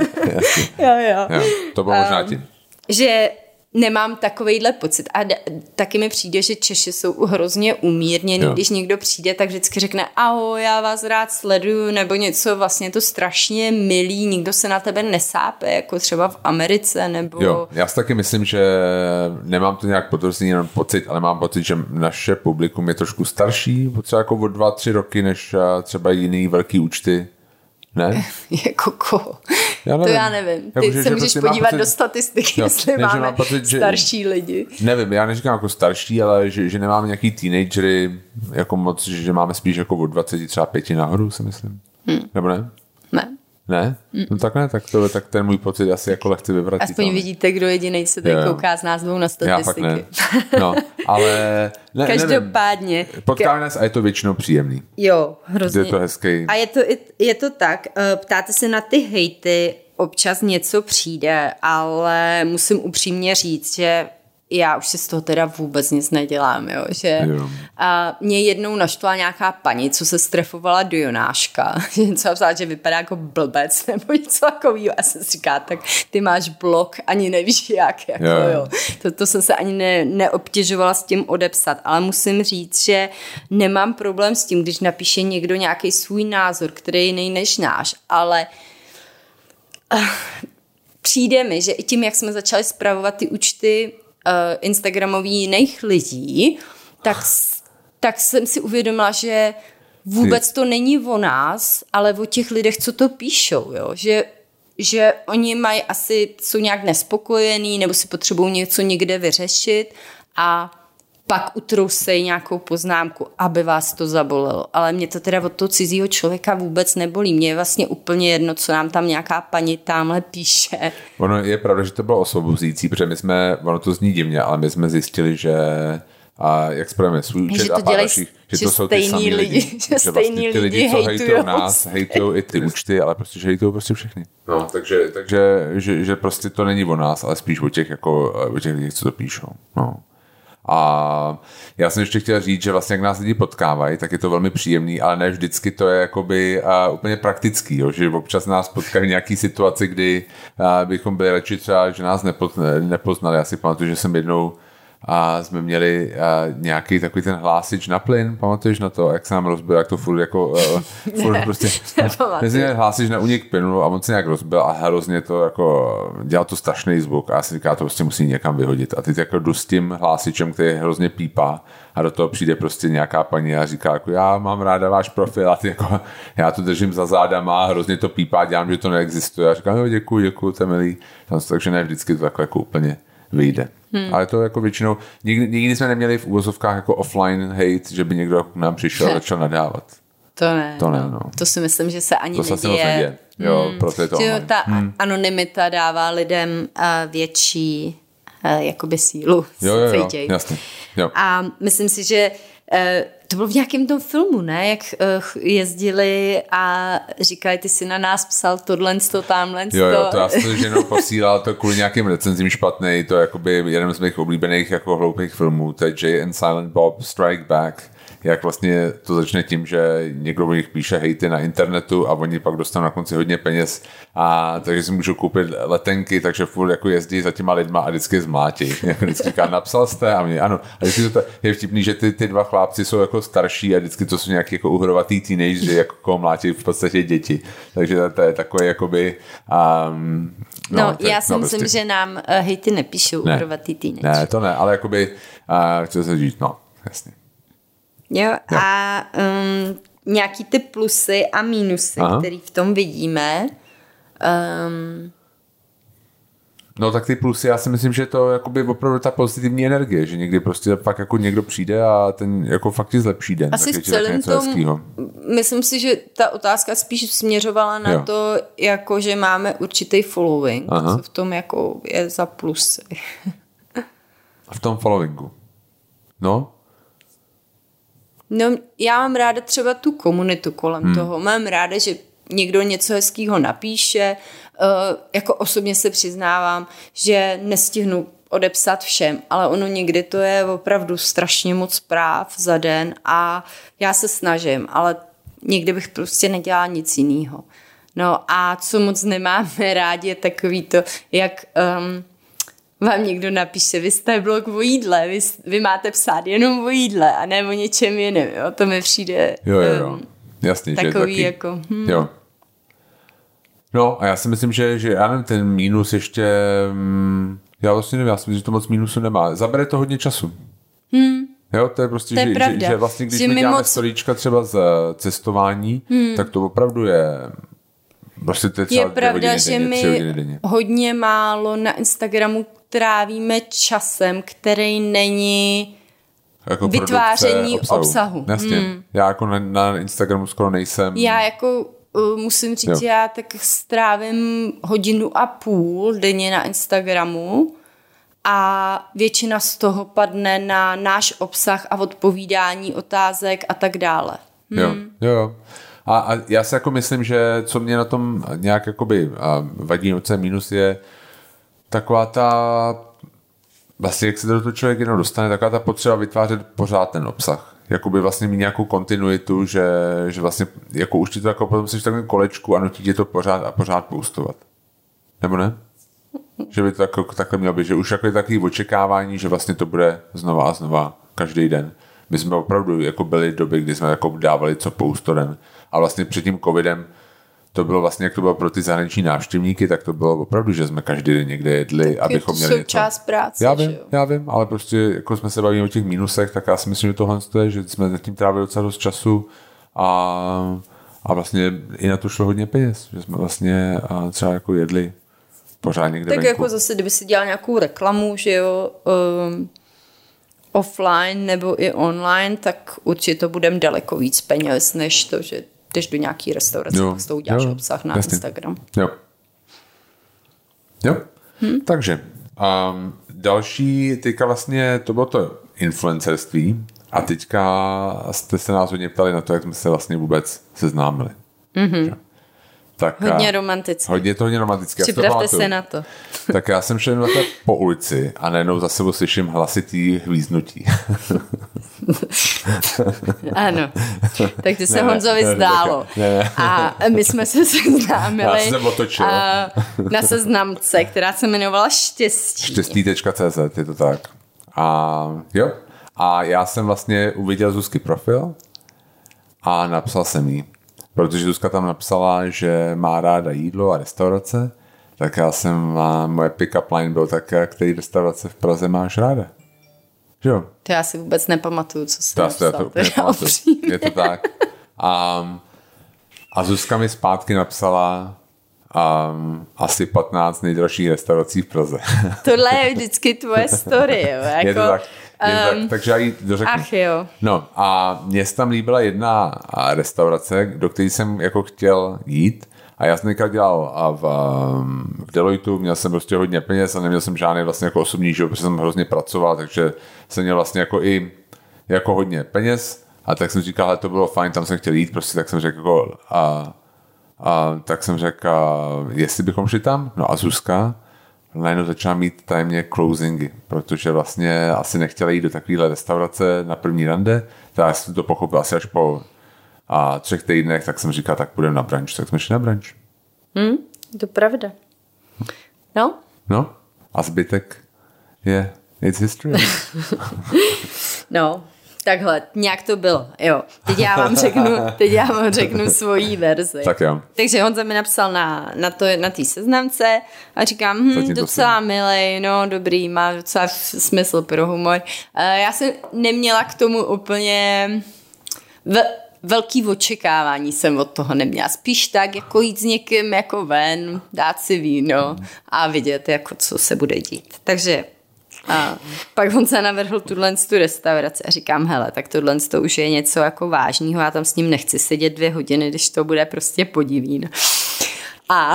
jo, jo. jo. To bylo um, možná tím. Že nemám takovejhle pocit a d- taky mi přijde, že Češi jsou hrozně umírnění, jo. Když někdo přijde, tak vždycky řekne ahoj, já vás rád sleduju, nebo něco vlastně to strašně milý, nikdo se na tebe nesápe, jako třeba v Americe, nebo... Jo, já si taky myslím, že nemám to nějak potvrzený jenom pocit, ale mám pocit, že naše publikum je trošku starší, třeba jako o dva, tři roky, než třeba jiný velký účty. Ne? Jako koho? Já to já nevím. Ty jako, se můžeš prostě podívat pocit, do statistiky, jo, jestli ne, máme pocit, starší že, lidi. Nevím, já neříkám jako starší, ale že, že nemáme nějaký teenagery jako moc, že máme spíš jako od dvacet třeba pěti nahoru, si myslím. Hmm. Nebo ne? Ne. Ne? Hmm. No tak ne, tak, to, tak ten můj pocit asi jako lehce vyvratí. Aspoň vidíte, kdo jedinej se tady kouká z nás dvou na statistiky. Já fakt ne. No, ale... Ne, každopádně. Potkáme nás a je to většinou příjemný. Jo, hrozně. Je to hezký. A je to, je to tak, ptáte se na ty hejty, občas něco přijde, ale musím upřímně říct, že já už si z toho teda vůbec nic nedělám, jo, že jo. A mě jednou naštvala nějaká paní, co se strefovala do Jonáška, že něco psala, že vypadá jako blbec nebo něco takového a jsem si říká, tak ty máš blog, ani nevíš jak, jako jo. jo. To, to jsem se ani ne, neobtěžovala s tím odepsat, ale musím říct, že nemám problém s tím, když napíše někdo nějaký svůj názor, který je jiný než náš, ale přijde mi, že i tím, jak jsme začali spravovat ty účty uh, Instagramový jiných lidí, tak, tak jsem si uvědomila, že vůbec to není o nás, ale o těch lidech, co to píšou, jo? Že, že oni mají asi, jsou nějak nespokojení nebo si potřebují něco někde vyřešit a pak utrousejí nějakou poznámku, aby vás to zabolelo. Ale mě to teda od toho cizího člověka vůbec nebolí. Mně je vlastně úplně jedno, co nám tam nějaká paní tamhle píše. Ono je pravda, že to bylo osvobozující, protože my jsme, ono to zní divně, ale my jsme zjistili, že a jak spravíme svůj účet a pár dalších, že, že to jsou ty samý lidi, lidi že, že vlastně ty lidi, lidi co hejtujou nás, hejtujou i ty účty, ale prostě, že hejtujou prostě všechny. No, takže, takže že, že prostě to není o nás, ale spíš o těch, jako, o těch lidí, co to píšou. No. A já jsem ještě chtěl říct, že vlastně jak nás lidi potkávají, tak je to velmi příjemný, ale ne vždycky to je jakoby uh, úplně praktický, jo? Že občas nás potkají v nějaký situaci, kdy uh, bychom byli radši třeba, že nás nepo, nepoznali. Já si pamatuju, že jsem jednou a jsme měli uh, nějaký takový ten hlásič na plyn, pamatuješ na to, jak se nám rozbil, jak to furt jako uh, furt ne, prostě my jsme měli hlásič na únik plynu a on se nějak rozbil a hrozně to jako dělal to strašný zvuk a já si říkám, to prostě musí někam vyhodit a teď jako jdu s tím hlásičem, který hrozně pípá a do toho přijde prostě nějaká paní a říká jako já mám ráda váš profil a ty jako já to držím za zádama a hrozně to pípá, dělám, že to neexistuje a říkám jo děkuju, děkuju, to je milý, takže ne vždycky to takhle jako úplně vyjde. Hmm. Ale to jako většinou, nikdy, nikdy jsme neměli v úvozovkách jako offline hate, že by někdo k nám přišel a začal nadávat. To ne. To ne, no. To si myslím, že se ani to neděje. To se neděje. Jo, hmm. proto je to online. Ta hmm. anonymita dává lidem uh, větší uh, jakoby sílu. Jo, jo, jo, jasně. Jo. A myslím si, že uh, to bylo v nějakém tom filmu, ne? Jak uh, jezdili a říkali, ty si na nás psal tohle, to tamhle. Jo, jo, to já jsem to ženou posílal to kvůli nějakým recenzím špatnej, to je jakoby jeden z mých oblíbených jako hloupých filmů, to je Jay and Silent Bob Strike Back, jak vlastně to začne tím, že někdo o nich píše hejty na internetu a oni pak dostanou na konci hodně peněz a takže si můžou koupit letenky, takže furt jako jezdí za těma lidma a vždycky zmlátí. Jako vždycky říká, napsal jste a mě, ano. A vždycky to je vtipný, že ty, ty dva chlápci jsou jako starší a vždycky to jsou nějaký jako uhrovatý teenageři, jako koho mlátí v podstatě děti. Takže to, to je takové jakoby... Um, no, no to, já si no, myslím, prostě... že nám uh, hejty nepíšou ne, uhrovatý teenageři. Ne, to ne, ale jakoby uh, chci se říct, no, jasně. Jo, jo. A um, nějaký ty plusy a mínusy, Aha. který v tom vidíme. Um, no tak ty plusy, já si myslím, že to jakoby opravdu ta pozitivní energie, že někdy prostě fakt jako někdo přijde a ten jako fakt ti zlepší den. Asi v celém tom, myslím si, že ta otázka spíš směřovala na jo. to, jako že máme určitý following, Aha. co v tom jako je za plusy. V tom followingu? No? No, já mám ráda třeba tu komunitu kolem hmm. toho. Mám ráda, že někdo něco hezkýho napíše. Uh, jako osobně se přiznávám, že nestihnu odepsat všem, ale ono někdy to je opravdu strašně moc zpráv za den a já se snažím, ale někdy bych prostě nedělala nic jiného. No a co moc nemáme rádi je takový to, jak... Um, vám někdo napíše, vy jste blog o jídle, vy, vy máte psát jenom o jídle a ne o něčem jiném, jo? To mi přijde jo, jo, jo. Jasný, takový že taky, jako... Hm. Jo. No a já si myslím, že, že já nevím, ten mínus ještě... Já vlastně nevím, já si myslím, že to moc mínusu nemá. Zabere to hodně času. Hmm. Jo, to je prostě, to je že, že, že vlastně, když že my děláme moc... storíčka třeba z cestování, hmm. tak to opravdu je... Prostě to je, je pravda, že my hodně málo na Instagramu trávíme časem, který není jako vytváření obsahu. obsahu. Jasně. Hmm. Já jako na, na Instagramu skoro nejsem. Já jako uh, musím říct, jo. já tak strávím hodinu a půl denně na Instagramu a většina z toho padne na náš obsah a odpovídání otázek a tak dále. Hmm. Jo, jo, jo. A, a já si jako myslím, že co mě na tom nějak jakoby vadí, noce minus je taková ta, vlastně jak se do toho člověk jenom dostane, taková ta potřeba vytvářet pořád ten obsah. Jakoby vlastně mít nějakou kontinuitu, že, že vlastně jako už ti to jako potom jsi v takovém kolečku a nutí tě to pořád a pořád postovat. Nebo ne? Že by to jako, takhle mělo být, že už jako je takový očekávání, že vlastně to bude znova a znova každý den. My jsme opravdu jako byli doby, kdy jsme jako dávali co pousto den. A vlastně před tím covidem to bylo vlastně, jak to bylo pro ty zahraniční návštěvníky, tak to bylo opravdu, že jsme každý den někde jedli, tak abychom měli něco. Část práce, já vím, že jo? já vím, ale prostě jako jsme se bavili o těch mínusech, tak já si myslím, že tohle je, že jsme nad tím trávili docela dost času a, a vlastně i na to šlo hodně peněz, že jsme vlastně třeba jako jedli pořád někde tak venku. jako zase, kdyby si dělal nějakou reklamu, že jo, um, offline nebo i online, tak určitě to budeme daleko víc peněz, než to, že jdeš do nějaký restaurace, jo, pak s tou uděláš jo, obsah na jasně. Instagram. Jo. Jo. Hmm. Takže um, další, teďka vlastně to bylo to influencerství a teďka jste se nás hodně ptali na to, jak jsme se vlastně vůbec seznámili. Mm-hmm. Tak, hodně romanticky. Hodně to hodně romanticky. Připravte se na to. Tak já jsem šel takhle po ulici a najednou za sebou slyším hlasitý hvíznutí. Ano. Tak to se ne, Honzovi ne, zdálo. Ne, ne. A my jsme se seznámili já jsem otočil. a na seznamce, která se jmenovala Štěstí. Štěstí tečka cé zet, je to tak. A jo. A já jsem vlastně uviděl Zuzky profil a napsal jsem jí. Protože Zuzka tam napsala, že má ráda jídlo a restaurace, tak já jsem, a moje pick-up line byl tak, který restaurace v Praze máš ráda. Že jo? To já si vůbec nepamatuju, co jsem to napsal. To, to, to je to tak. A, a Zuzka mi zpátky napsala um, asi patnáct nejdražších restaurací v Praze. Tohle je vždycky tvoje story, jo? Jako, je to tak. Je to um, tak, takže já jí dořeknu. Ach jo. No a mně se tam líbila jedna restaurace, do které jsem jako chtěl jít a já jsem někdy dělal v, v Deloitu, měl jsem prostě hodně peněz a neměl jsem žádný vlastně jako osobní život, protože jsem hrozně pracoval, takže jsem měl vlastně jako i jako hodně peněz a tak jsem říkal, že to bylo fajn, tam jsem chtěl jít, prostě tak jsem řekl jako, a, a tak jsem řekl, jestli bychom šli tam, no a Zuzka najednou začala mít tajemně closingy, protože vlastně asi nechtěla jít do takovéhle restaurace na první rande, tak já jsem to pochopil asi až po a, třech týdnech, tak jsem říkal, tak půjdeme na brunch, tak jsme šli na brunch. Hmm, to pravda. No? No, a zbytek je, it's history. No, takhle, nějak to bylo, jo. Teď já vám řeknu, teď já vám řeknu svojí verzi. Tak jo. Takže Honza mi napsal na, na, to, na té seznamce a říkám, hm, docela milej, no dobrý, má docela smysl pro humor. Já jsem neměla k tomu úplně v, velký očekávání jsem od toho neměla. Spíš tak, jako jít s někým jako ven, dát si víno a vidět, jako co se bude dít. Takže a pak on se navrhl tuhle tu restauraci a říkám, hele, tak tohle to už je něco jako vážného, já tam s ním nechci sedět dvě hodiny, když to bude prostě podivín. A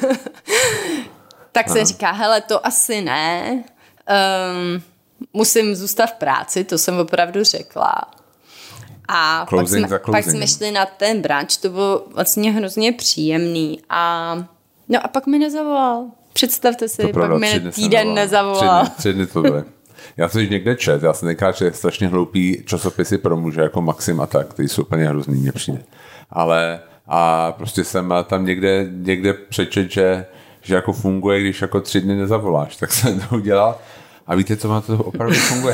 tak jsem říká, hele, to asi ne, um, musím zůstat v práci, to jsem opravdu řekla. A pak jsme, pak jsme šli na ten brunch, to bylo vlastně hrozně příjemný a no a pak mi nezavolal. Představte si, pak mi týden nezavolal. Tři dny, tři dny to bude. Já jsem někde čet, já jsem nekráč, že je strašně hloupý časopisy pro muže, jako Maxim a tak, ty jsou úplně hrozný, mě přijde. Ale a prostě jsem tam někde, někde přečet, že, že jako funguje, když jako tři dny nezavoláš, tak jsem to udělal a víte, co má to opravdu funguje.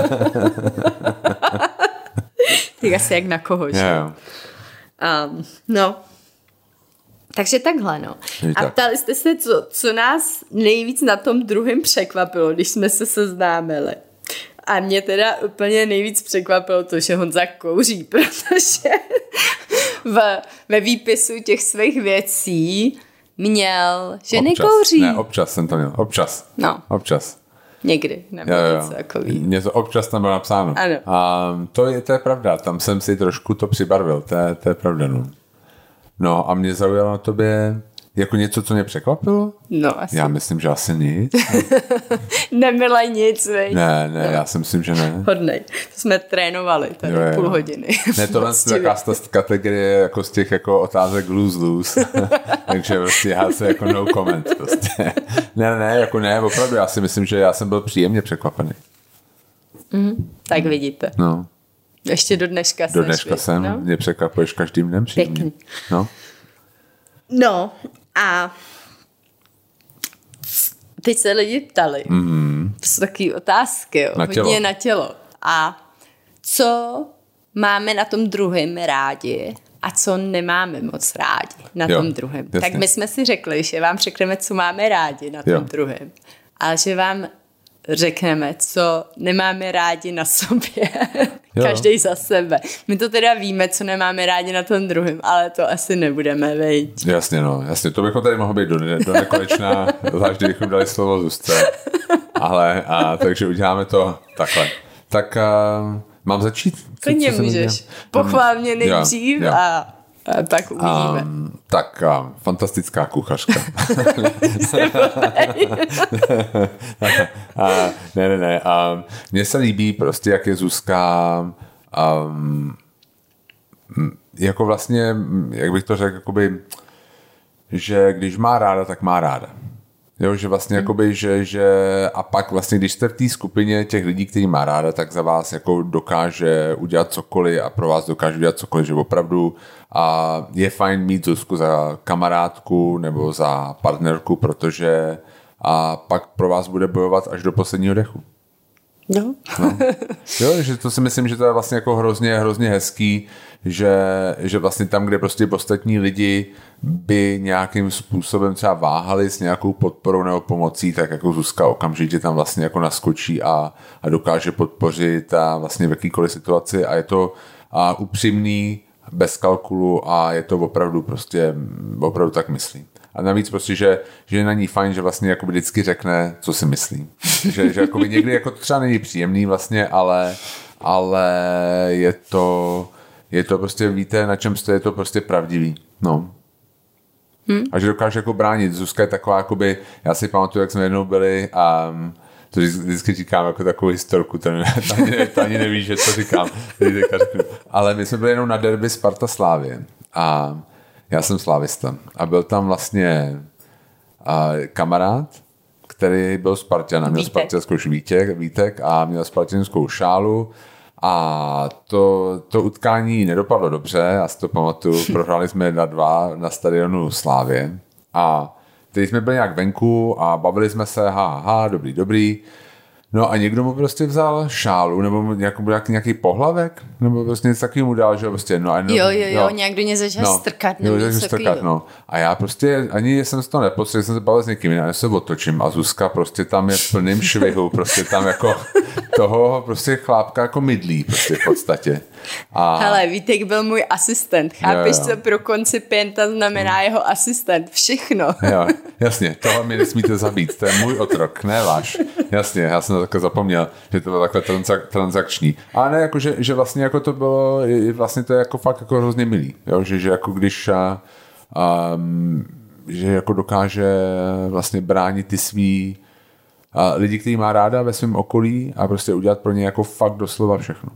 Tak asi jak na koho, že? Yeah. Um, no, takže takhle, no. A ptali jste se, co, co nás nejvíc na tom druhém překvapilo, když jsme se seznámili. A mě teda úplně nejvíc překvapilo to, že Honza kouří, protože v, ve výpisu těch svých věcí měl, že občas, nekouří. Ne, občas jsem to měl, občas. No. Občas. Někdy, nebo jo, jo. něco takový. Něco občas tam bylo napsáno. Ano. A to je, to je pravda, tam jsem si trošku to přibarvil, to je, to je pravda, no. No a mě zaujalo na tobě jako něco, co mě překvapilo? No, asi. Já myslím, že asi nic. Nemilej nic, vej. Ne, ne, no. Já si myslím, že ne. Hodnej. To jsme trénovali tady jo, jo. půl hodiny. Ne, tohle je taková z kategorie jako z těch jako otázek lose-lose. Takže prostě já se jako no comment prostě. Ne, ne, jako ne, opravdu, já si myslím, že já jsem byl příjemně překvapený. Mm, tak vidíte. No. Ještě do dneška Do dneška seš, jsem, no? Mě překvapuješ každým dnem příjemně. No. No a teď se lidi ptali. Mm-hmm. To jsou takové otázky, jo, na tělo. hodně na tělo. A co máme na tom druhém rádi a co nemáme moc rádi na jo, tom druhém. jasně. Tak my jsme si řekli, že vám řekneme, co máme rádi na tom jo. druhém, ale že vám řekneme, co nemáme rádi na sobě. Každý za sebe. My to teda víme, co nemáme rádi na tom druhém, ale to asi nebudeme, veď. Jasně, no, jasně. To bychom tady mohli být do, ne, do nekonečna, zvlášť kdybychom dali slovo Zuzce. Ale, a, takže uděláme to takhle. Tak uh, mám začít? Klidně můžeš. Pochvál mě nejdřív jo, jo. A, a tak uvidíme. Um, tak uh, fantastická kuchařka. uh, ne, ne, ne. Um, mně se líbí prostě, jak je Zuzka um, jako vlastně, jak bych to řekl, jakoby, že když má ráda, tak má ráda. Jo, že vlastně hmm. jakoby, že, že a pak vlastně, když jste v té skupině těch lidí, který má ráda, tak za vás jako dokáže udělat cokoliv a pro vás dokáže udělat cokoliv, že opravdu a je fajn mít Zuzku za kamarádku nebo za partnerku, protože a pak pro vás bude bojovat až do posledního dechu. No. no. Jo, že to si myslím, že to je vlastně jako hrozně, hrozně hezký, že, že vlastně tam, kde prostě ostatní lidi by nějakým způsobem třeba váhali s nějakou podporou nebo pomocí, tak jako Zuzka okamžitě tam vlastně jako naskočí a, a dokáže podpořit a vlastně v jakýkoliv situaci a je to a upřímný, bez kalkulu a je to opravdu prostě, opravdu tak myslí. A navíc prostě, že, že je na ní fajn, že vlastně jako vždycky řekne, co si myslí. Že, že jako někdy jako to třeba není příjemný vlastně, ale, ale je to, je to prostě, víte, na čem jste, je to prostě pravdivý. No. Hmm. A že dokáže jako bránit. Zuzka je taková, jakoby, já si pamatuju, jak jsme jednou byli a to vždycky říkám jako takovou historku, to, to, ani, to ani nevíš, že co říkám. Ale my jsme byli jenom na derby Sparta Slávie a já jsem slávista a byl tam vlastně a, kamarád, který byl Spartan, měl spartanskou Vítek, Vítek a měl spartanskou šálu a to, to utkání nedopadlo dobře, já si to pamatuju, prohráli jsme na dva na stadionu Slávie a teď jsme byli nějak venku a bavili jsme se, ha, ha, dobrý, dobrý. No a někdo mu prostě vzal šálu, nebo mu nějaký, nějaký pohlavek, nebo prostě něco takový mu dal, že prostě, no a no, jo, jo, jo, jo, nějak do něj začal no, strkat, nebo něco strkat, no. A já prostě, ani jsem se to nepostřel, jsem se bavil s někým, já se otočím a Zuzka prostě tam je v plným švihu, prostě tam jako toho prostě chlápka jako mydlí prostě v podstatě. A... Hele, Vítek byl můj asistent, chápeš, jo, jo. Co pro koncipienta znamená jeho asistent, všechno. Jo, jasně, toho mi nesmíte zabít, to je můj otrok, ne váš. Jasně, já jsem to takhle zapomněl, že to bylo takhle transak- transakční. A ne, jako, že, že vlastně jako to bylo, vlastně to je jako fakt jako hrozně milý, jo? Že, že jako když a, um, že jako dokáže vlastně bránit ty svý a lidi, který má ráda ve svém okolí a prostě udělat pro ně jako fakt doslova všechno.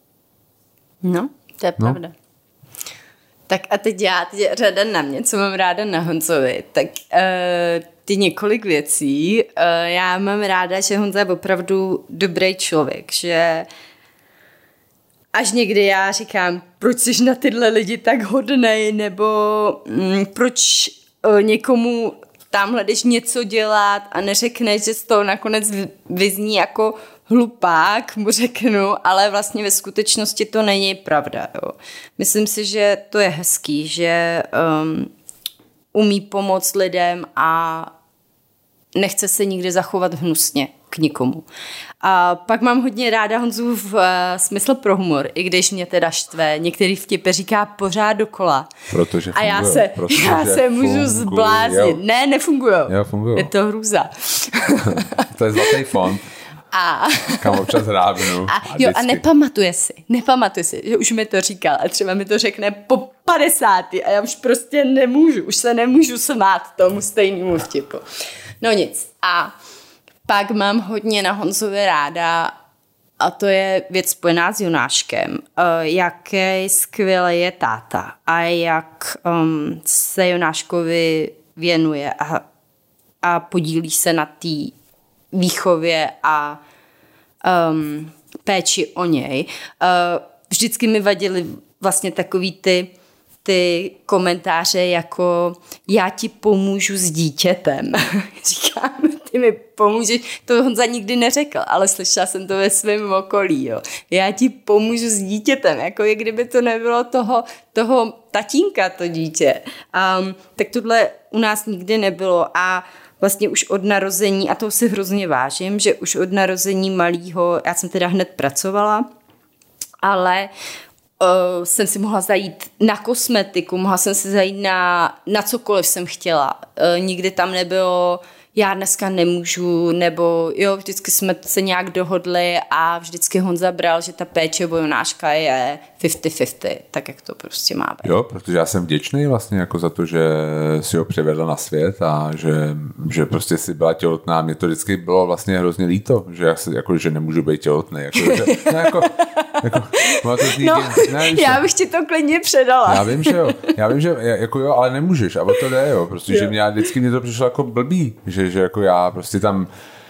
No, to je pravda. No. Tak a teď já, teď je řada na mě, co mám ráda na Honzovi. Tak uh, ty několik věcí. Uh, já mám ráda, že Honza je opravdu dobrý člověk, že až někdy já říkám, proč jsi na tyhle lidi tak hodnej, nebo mm, proč uh, někomu tamhle jdeš něco dělat a neřekneš, že z toho nakonec vyzní jako hlupák, mu řeknu, ale vlastně ve skutečnosti to není pravda. Jo. Myslím si, že to je hezký, že um, umí pomoct lidem a nechce se nikdy zachovat hnusně k nikomu. A pak mám hodně ráda Honzův uh, smysl pro humor, i když mě teda štve. Některý vtipy říká pořád dokola. Protože a já se, já se můžu zbláznit. Ne, nefungujou. Jo, fungujou. Je to hrůza. To je zlatý fond. A... Kam občas rábnu. A, a jo, a nepamatuje si, nepamatuje si, že už mi to říkal a třeba mi to řekne po padesátý a já už prostě nemůžu, už se nemůžu smát tomu stejnému vtipu. No nic. A pak mám hodně na Honzovi ráda a to je věc spojená s Jonáškem. Jaký skvělý je táta a jak um, se Jonáškovi věnuje a, a podílí se na té výchově a um, péči o něj. Uh, vždycky mi vadily vlastně takový ty, ty komentáře jako já ti pomůžu s dítětem. Říkám, ty mi pomůžeš, to Honza nikdy neřekl, ale slyšela jsem to ve svém okolí, jo. Já ti pomůžu s dítětem, jako je kdyby to nebylo toho, toho tatínka, to dítě. Um, tak tohle u nás nikdy nebylo a vlastně už od narození, a toho si hrozně vážím, že už od narození malýho, já jsem teda hned pracovala, ale uh, jsem si mohla zajít na kosmetiku, mohla jsem si zajít na, na cokoliv jsem chtěla. Uh, nikdy tam nebylo, já dneska nemůžu, nebo jo, vždycky jsme se nějak dohodli a vždycky Honza bral, že ta péče bojonáška je padesát padesát, tak jak to prostě má být. Jo, protože já jsem vděčný vlastně jako za to, že si ho přivedla na svět a že, že prostě si byla těhotná. Mně to vždycky bylo vlastně hrozně líto, že já se, jako, že nemůžu být těhotný. Jako, že, no, jako, jako, to zní, no, ne, já bych ti to klidně předala. Já vím, že jo, já vím, že jako jo, ale nemůžeš a o to jde, jo, protože mě vždycky mě to přišlo jako blbý, že, že jako já prostě tam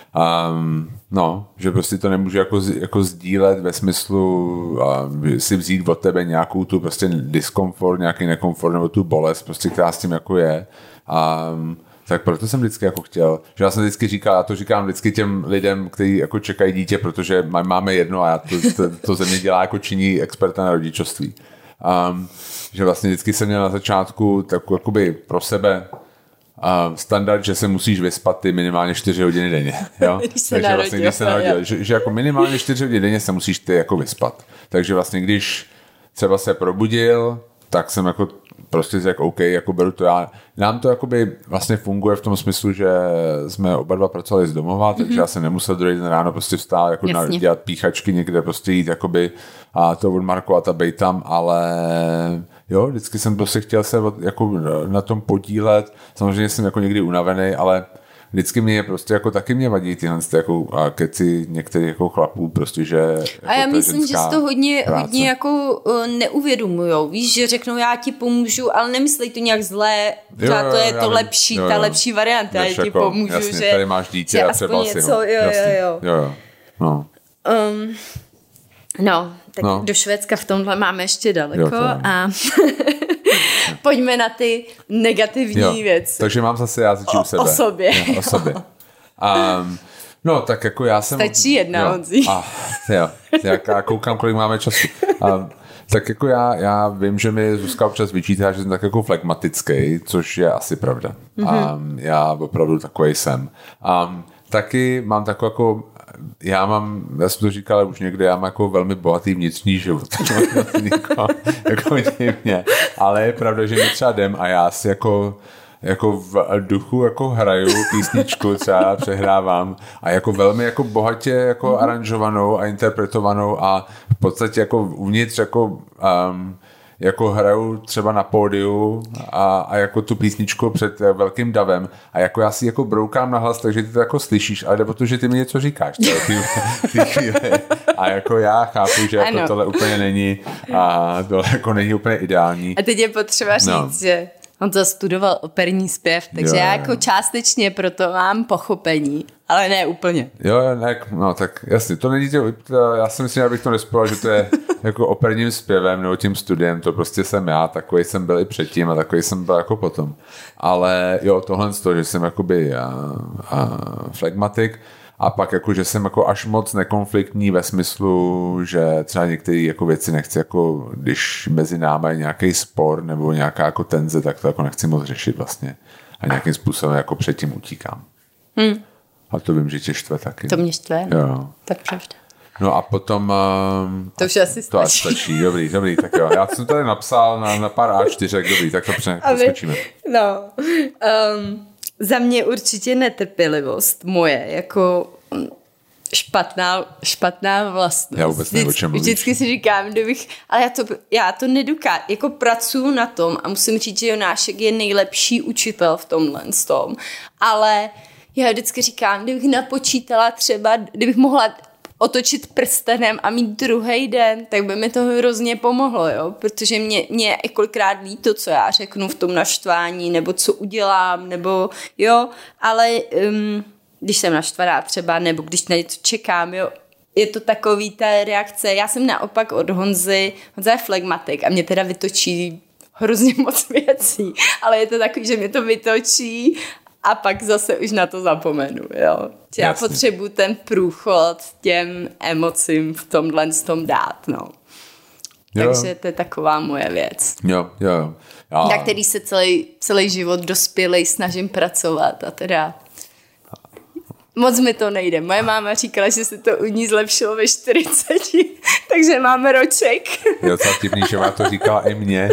Um, no, že prostě to nemůžu jako, jako sdílet ve smyslu um, si vzít od tebe nějakou tu prostě diskomfort, nějaký nekomfort nebo tu bolest, prostě která s tím jako je. Um, tak proto jsem vždycky jako chtěl, že já jsem vždycky říkal, a to říkám vždycky těm lidem, kteří jako čekají dítě, protože máme jedno a já to, to, to ze mě dělá jako činí experta na rodičovství. Um, že vlastně vždycky jsem měl na začátku takovou jakoby pro sebe Uh, standard, že se musíš vyspat ty minimálně čtyři hodiny denně. Jo? Když se Takže narodil, vlastně, když se narodil, že, že jako minimálně čtyři hodiny denně se musíš ty jako vyspat. Takže vlastně, když třeba se probudil, tak jsem jako prostě řekl, OK, jako beru to já. Nám to jakoby vlastně funguje v tom smyslu, že jsme oba dva pracovali z domova, takže mm-hmm. já jsem nemusel druhý den ráno prostě vstát, jako na, dělat píchačky někde, prostě jít jakoby a to odmarkovat a bejt tam, ale jo, vždycky jsem prostě chtěl se jako na tom podílet. Samozřejmě jsem jako někdy unavený, ale vždycky mě prostě jako taky mě vadí tyhle jako a keci některých jako chlapů prostě, že jako a já myslím, že si to hodně, hodně jako uh, neuvědomujou, víš, že řeknou já ti pomůžu, ale nemyslej to nějak zlé, jo, jo, to je to lepší, jo, jo. ta lepší varianta, já ti jako, pomůžu, jasně, že tady máš dítě a třeba si ho. Jo, jo, jo. jo, jo. No. Um, no, tak no. Do Švédska v tomhle máme ještě daleko jo, a pojďme na ty negativní jo. věci. Takže mám zase já začít u sebe. O sobě. Jo, o sobě. Um, no, tak jako já jsem... Stačí jedna, Honzí. Ah, jo, já koukám, kolik máme času. Um, tak jako já, já vím, že mi Zuzka občas vyčítá, že jsem tak jako flegmatický, což je asi pravda. Mm-hmm. Um, já opravdu takovej jsem. Um, taky mám takovou jako... Já mám, já jsem to říkal už někde, já mám jako velmi bohatý vnitřní život. jako, jako divně. Ale je pravda, že mi třeba jdem a já si jako, jako v duchu jako hraju písničku, třeba přehrávám a jako velmi jako bohatě jako mm-hmm. aranžovanou a interpretovanou a v podstatě jako uvnitř jako um, jako hraju třeba na pódiu a, a jako tu písničku před velkým davem a jako já si jako broukám na hlas, takže ty to jako slyšíš, ale jde o to, že ty mi něco říkáš. Ty, ty chvíli. A jako já chápu, že jako tohle úplně není a tohle jako není úplně ideální. A teď je potřeba říct, no. že on to studoval operní zpěv, takže jo, já jako částečně proto mám pochopení, ale ne úplně. Jo, ne, no tak jasně, to není, to, já si myslím, abych to nespojil, že to je jako operním zpěvem nebo tím studiem, to prostě jsem já, takový jsem byl i předtím a takový jsem byl jako potom. Ale jo, tohle z toho, že jsem jakoby a, a flegmatik a pak jako, že jsem jako až moc nekonfliktní ve smyslu, že třeba některé jako věci nechci jako, když mezi námi je nějaký spor nebo nějaká jako tenze, tak to jako nechci moc řešit vlastně a nějakým způsobem jako předtím utíkám. Hmm. A to vím, že tě štve taky. To mě štve, jo. Tak pravda. No a potom... Um, to už asi to stačí. stačí. Dobrý, dobrý, tak jo. Já jsem tady napsal na, na pár á čtyři, dobrý, tak to přeskočíme. No, um, za mě určitě netrpělivost moje, jako špatná, špatná vlastnost. Já vůbec nevím, o čem mluvíš. Vždycky si říkám, kdybych, ale já to, já to nedokážu, jako pracuji na tom a musím říct, že Jonášek je nejlepší učitel v tomhle tom, ale já vždycky říkám, kdybych napočítala třeba, kdybych mohla otočit prstenem a mít druhý den, tak by mi to hrozně pomohlo, jo, protože mě, mě je kolikrát líto, co já řeknu v tom naštvání, nebo co udělám, nebo jo, ale um, když jsem naštvaná třeba, nebo když na něco čekám, jo, je to takový ta reakce, já jsem naopak od Honzy, Honza je flegmatik a mě teda vytočí hrozně moc věcí, ale je to takový, že mě to vytočí a pak zase už na to zapomenu, jo. Já Jasně. potřebuji ten průchod těm emocím v tomhle tom dát, no. Jo. Takže to je taková moje věc. Jo, jo, jo. Já... Na který se celý, celý život dospělej snažím pracovat a teda moc mi to nejde. Moje máma říkala, že se to u ní zlepšilo ve čtyřiceti, takže máme roček. Je docela vtipný, že má to říkala i mě.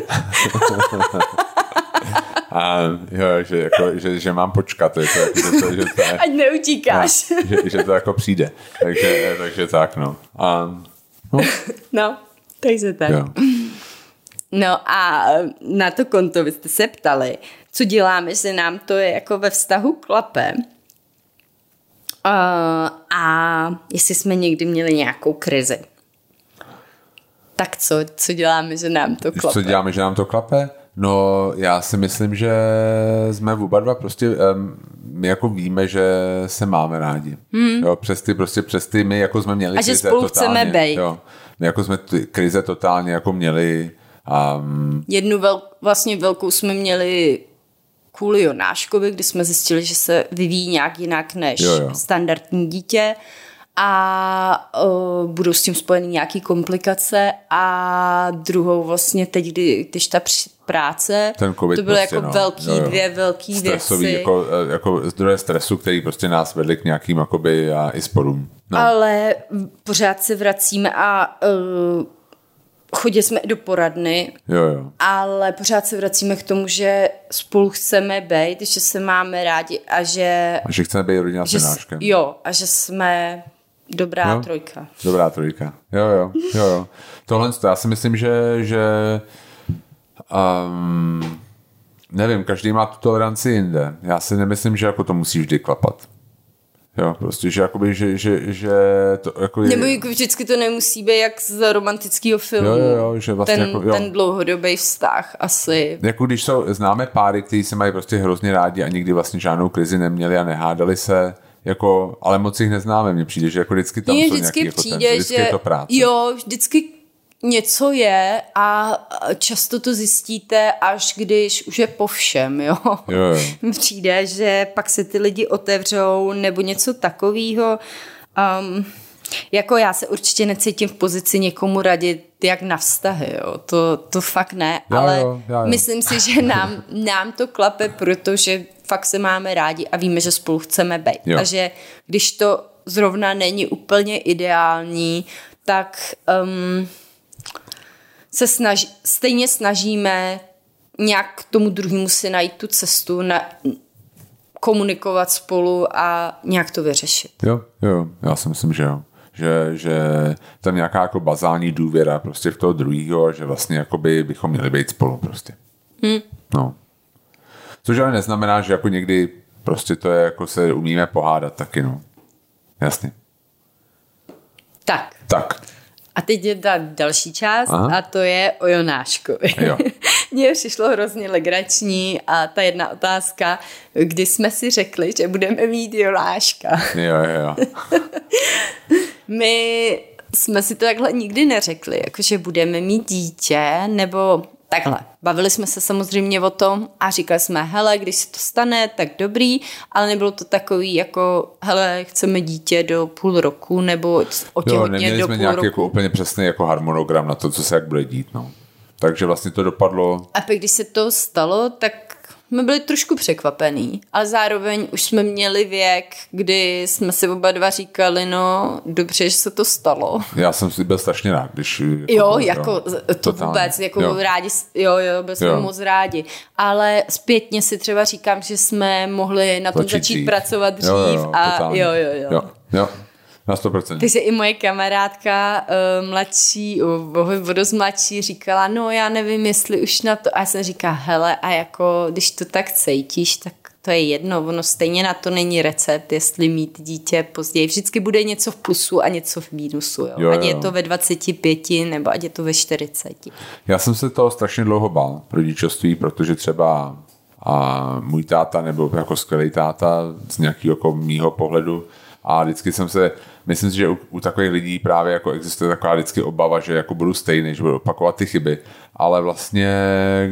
A jo, že, jako, že, že mám počkat. Je to, že to, že to je, ať neutíkáš. A, že, že to jako přijde. Takže, takže tak, no. A, no. no, takže tak. Jo. No a na to konto vy jste se ptali, co děláme, že nám to je jako ve vztahu klape. Uh, a jestli jsme někdy měli nějakou krizi. Tak co, co děláme, že nám to klape? Co děláme, že nám to klape? No, já si myslím, že jsme oba dva prostě, um, my jako víme, že se máme rádi. Hmm. Jo, přes ty, prostě přes ty, my jako jsme měli a krize totálně. A že spolu chceme bejt. Jo, my jako jsme ty krize totálně jako měli. Um, Jednu vel, vlastně velkou jsme měli kvůli Jonáškovi, kdy jsme zjistili, že se vyvíjí nějak jinak než jo, jo. standardní dítě a uh, budou s tím spojeny nějaké komplikace a druhou vlastně teď, kdy, když ta práce, ten COVID to byly prostě, jako no. velký, jo, jo. dvě velký Stresový, věci. Jako, jako zdroje stresu, který prostě nás vedli k nějakým jakoby, a i sporům. No. Ale pořád se vracíme a uh, chodili jsme i do poradny, jo, jo. ale pořád se vracíme k tomu, že spolu chceme být, že se máme rádi a že... A že chceme být rodina s Jonáškem. Jo, a že jsme dobrá jo? trojka. Dobrá trojka. Jo, jo, jo, jo. Tohle, já si myslím, že, že um, nevím, každý má tu toleranci jinde. Já si nemyslím, že jako to musí vždy klapat. Jo, prostě, že jakoby, že, že, že to jako je... Nebo jako vždycky to nemusí být jak z romantického filmu. Jo, jo, jo, že vlastně ten, jako, jo. ten dlouhodobý vztah asi. Jako když jsou, známe páry, kteří se mají prostě hrozně rádi a nikdy vlastně žádnou krizi neměli a nehádali se, jako, ale moc jich neznáme. Mně přijde, že jako vždycky tam Mně jsou vždycky nějaký přijde, jako ten, vždycky že, je to práce. Jo, vždycky něco je a často to zjistíte, až když už je po všem, jo. jo, jo. Přijde, že pak se ty lidi otevřou nebo něco takového. Um, jako já se určitě necítím v pozici někomu radit jak na vztahy, jo. To, to fakt ne, jo, ale jo, jo, jo. myslím si, že nám, nám to klape, protože fakt se máme rádi a víme, že spolu chceme být. Jo. A že když to zrovna není úplně ideální, tak um, se snaží, stejně snažíme nějak k tomu druhému si najít tu cestu, na, komunikovat spolu a nějak to vyřešit. Jo, jo, já si myslím, že jo. Že, že tam nějaká jako bazální důvěra prostě v toho druhého, že vlastně jakoby bychom měli být spolu prostě. Hmm. No. Což ale neznamená, že jako někdy prostě to je, jako se umíme pohádat taky, no. Jasně. Tak. Tak. A teď je ta další část. Aha. A to je o Jonáškovi. Jo. Mně přišlo hrozně legrační a ta jedna otázka, kdy jsme si řekli, že budeme mít Jonáška. Jo, jo, jo. My jsme si to takhle nikdy neřekli, jakože budeme mít dítě, nebo takhle. Bavili jsme se samozřejmě o tom a říkali jsme, hele, když se to stane, tak dobrý, ale nebylo to takový jako, hele, chceme dítě do půl roku, nebo otěhotně do půl nějaký roku. Jako úplně přesný jako harmonogram na to, co se jak bude dít, no. Takže vlastně to dopadlo. A pak, když se to stalo, tak jsme byli trošku překvapení, ale zároveň už jsme měli věk, kdy jsme si oba dva říkali, no dobře, že se to stalo. Já jsem si byl strašně rád, když... Jako jo, bylo, jako jo, to totálně. Vůbec, jako jo. rádi, jo, jo, byli jsme jo. moc rádi, ale zpětně si třeba říkám, že jsme mohli na tom začít, začít pracovat dřív jo, jo, a jo, jo, jo. jo, jo. Na sto procent. Takže i moje kamarádka uh, mladší, o dost mladší říkala, no já nevím, jestli už na to, a já jsem říkala, hele, a jako, když to tak cítíš, tak to je jedno, ono stejně na to není recept, jestli mít dítě později. Vždycky bude něco v plusu a něco v mínusu, jo? Jo, ať je to ve dvaceti pěti nebo ať je to ve čtyřiceti. Já jsem se toho strašně dlouho bál, rodičovství, protože třeba a můj táta nebo jako skvělý táta z nějakého jako mýho pohledu a vždycky jsem se, myslím si, že u, u takových lidí právě jako existuje taková vždycky obava, že jako budu stejný, že budu opakovat ty chyby, ale vlastně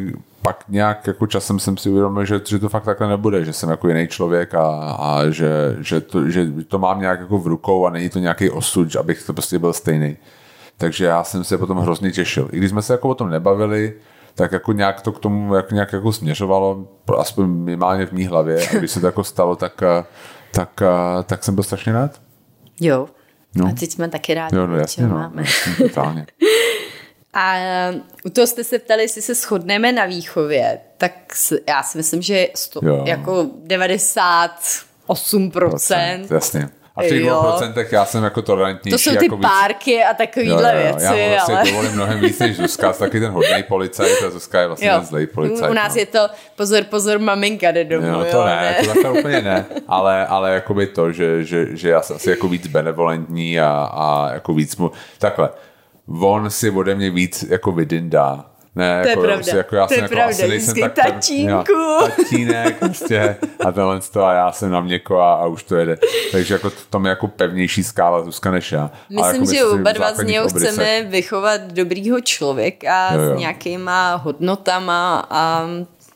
pak nějak jako časem jsem si uvědomil, že, že to fakt takhle nebude, že jsem jako jiný člověk a, a že, že, to, že to mám nějak jako v rukou a není to nějaký osud, abych to prostě byl stejný. Takže já jsem se potom hrozně těšil. I když jsme se jako o tom nebavili, tak jako nějak to k tomu jak, nějak jako směřovalo, aspoň minimálně v mý hlavě. A když se to jako stalo, tak, tak, tak jsem byl strašně rád. Jo. No. A teď jsme taky rádi, jo, no, jasně, no, máme. Jasně, totálně. A u toho jste se ptali, jestli se shodneme na výchově, tak já si myslím, že sto, jako devadesát osm procent. Jasně. A v těch dvou procentech já jsem jako tolerantnější. To jsou ty jako párky víc... a takovýhle jo, jo, věci. Já vlastně ale... dovolím mnohem víc než Zuzka, taky ten hodnej policajt a Zuzka je vlastně jo. ten zlej policajt. U nás no. je to pozor, pozor, maminka jde domů. Jo, to jo, ne, ne, to takhle úplně ne, ale, ale jakoby to, že, že, že já jsem asi jako víc benevolentní a, a jako víc mu, takhle, on si ode mě víc jako vydindá. Ne, to jako, je pravda, jako, já to jsem je jako, pravda, asi nejsem tak tatínku. Jo, tatínek, prostě, a tenhle to a já jsem na měko a, a už to jede. Takže jako to, to je jako pevnější skála Zuzka než já. Myslím, jako že oba dva z něho chceme vychovat dobrýho člověka jo, jo. s nějakýma hodnotama a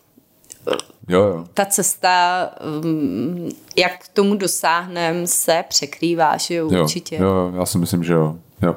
jo, jo. ta cesta, jak k tomu dosáhneme, se překrývá, že jo, určitě. Jo, jo, já si myslím, že jo. jo.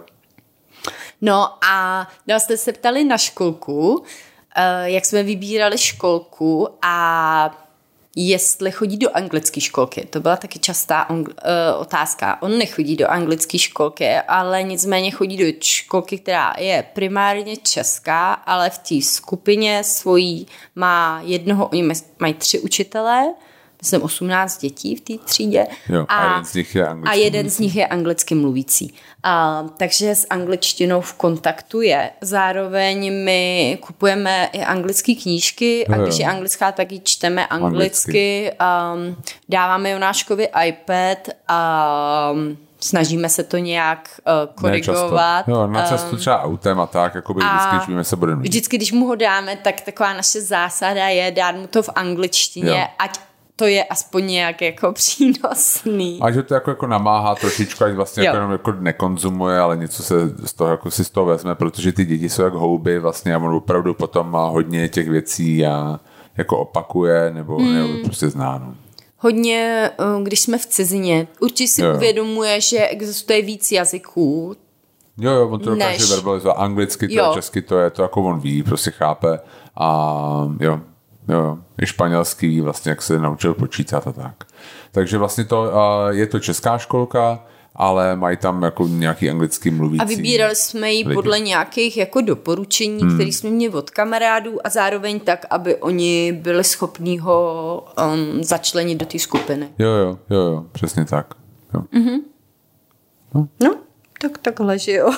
No a dál jste se ptali na školku, jak jsme vybírali školku a jestli chodí do anglické školky. To byla taky častá otázka. On nechodí do anglické školky, ale nicméně chodí do školky, která je primárně česká, ale v té skupině svojí má jednoho, oni mají tři učitele, jsem osmnáct dětí v té třídě jo, a, a jeden z nich je anglicky a jeden mluvící. z nich je anglicky mluvící. A, takže s angličtinou v kontaktu je. Zároveň my kupujeme i anglické knížky a když je anglická, tak ji čteme anglicky. anglicky. Um, dáváme Jonáškovi iPad a um, snažíme se to nějak uh, korigovat. Ne, jo, na cestu třeba autem a tak, jakoby vždycky, když víme, se budeme. Vždycky, když mu ho dáme, tak taková naše zásada je dát mu to v angličtině, jo. ať to je aspoň nějak jako přínosný. A že to jako, jako namáhá trošičku, ať vlastně jako, jako nekonzumuje, ale něco se z toho, jako si z toho vezme, protože ty děti jsou jak houby vlastně a on opravdu potom má hodně těch věcí a jako opakuje nebo, hmm. nebo prostě zná. No. Hodně, když jsme v cizině, určitě si jo. uvědomuje, že existuje víc jazyků. Jo, jo, on to dokáže než... verbalizovat. Anglicky to jo. je, česky to je, to jako on ví, prostě chápe a jo. Jo, i španělský ví vlastně, jak se naučil počítat a tak. Takže vlastně to uh, je to česká školka, ale mají tam jako nějaký anglický mluvící. A vybírali jsme ji lidi. podle nějakých jako doporučení, hmm. které jsme měli od kamarádů a zároveň tak, aby oni byli schopní ho um, začlenit do té skupiny. Jo, jo, jo, jo, přesně tak. Jo. Mm-hmm. No. no, tak takhle, že jo.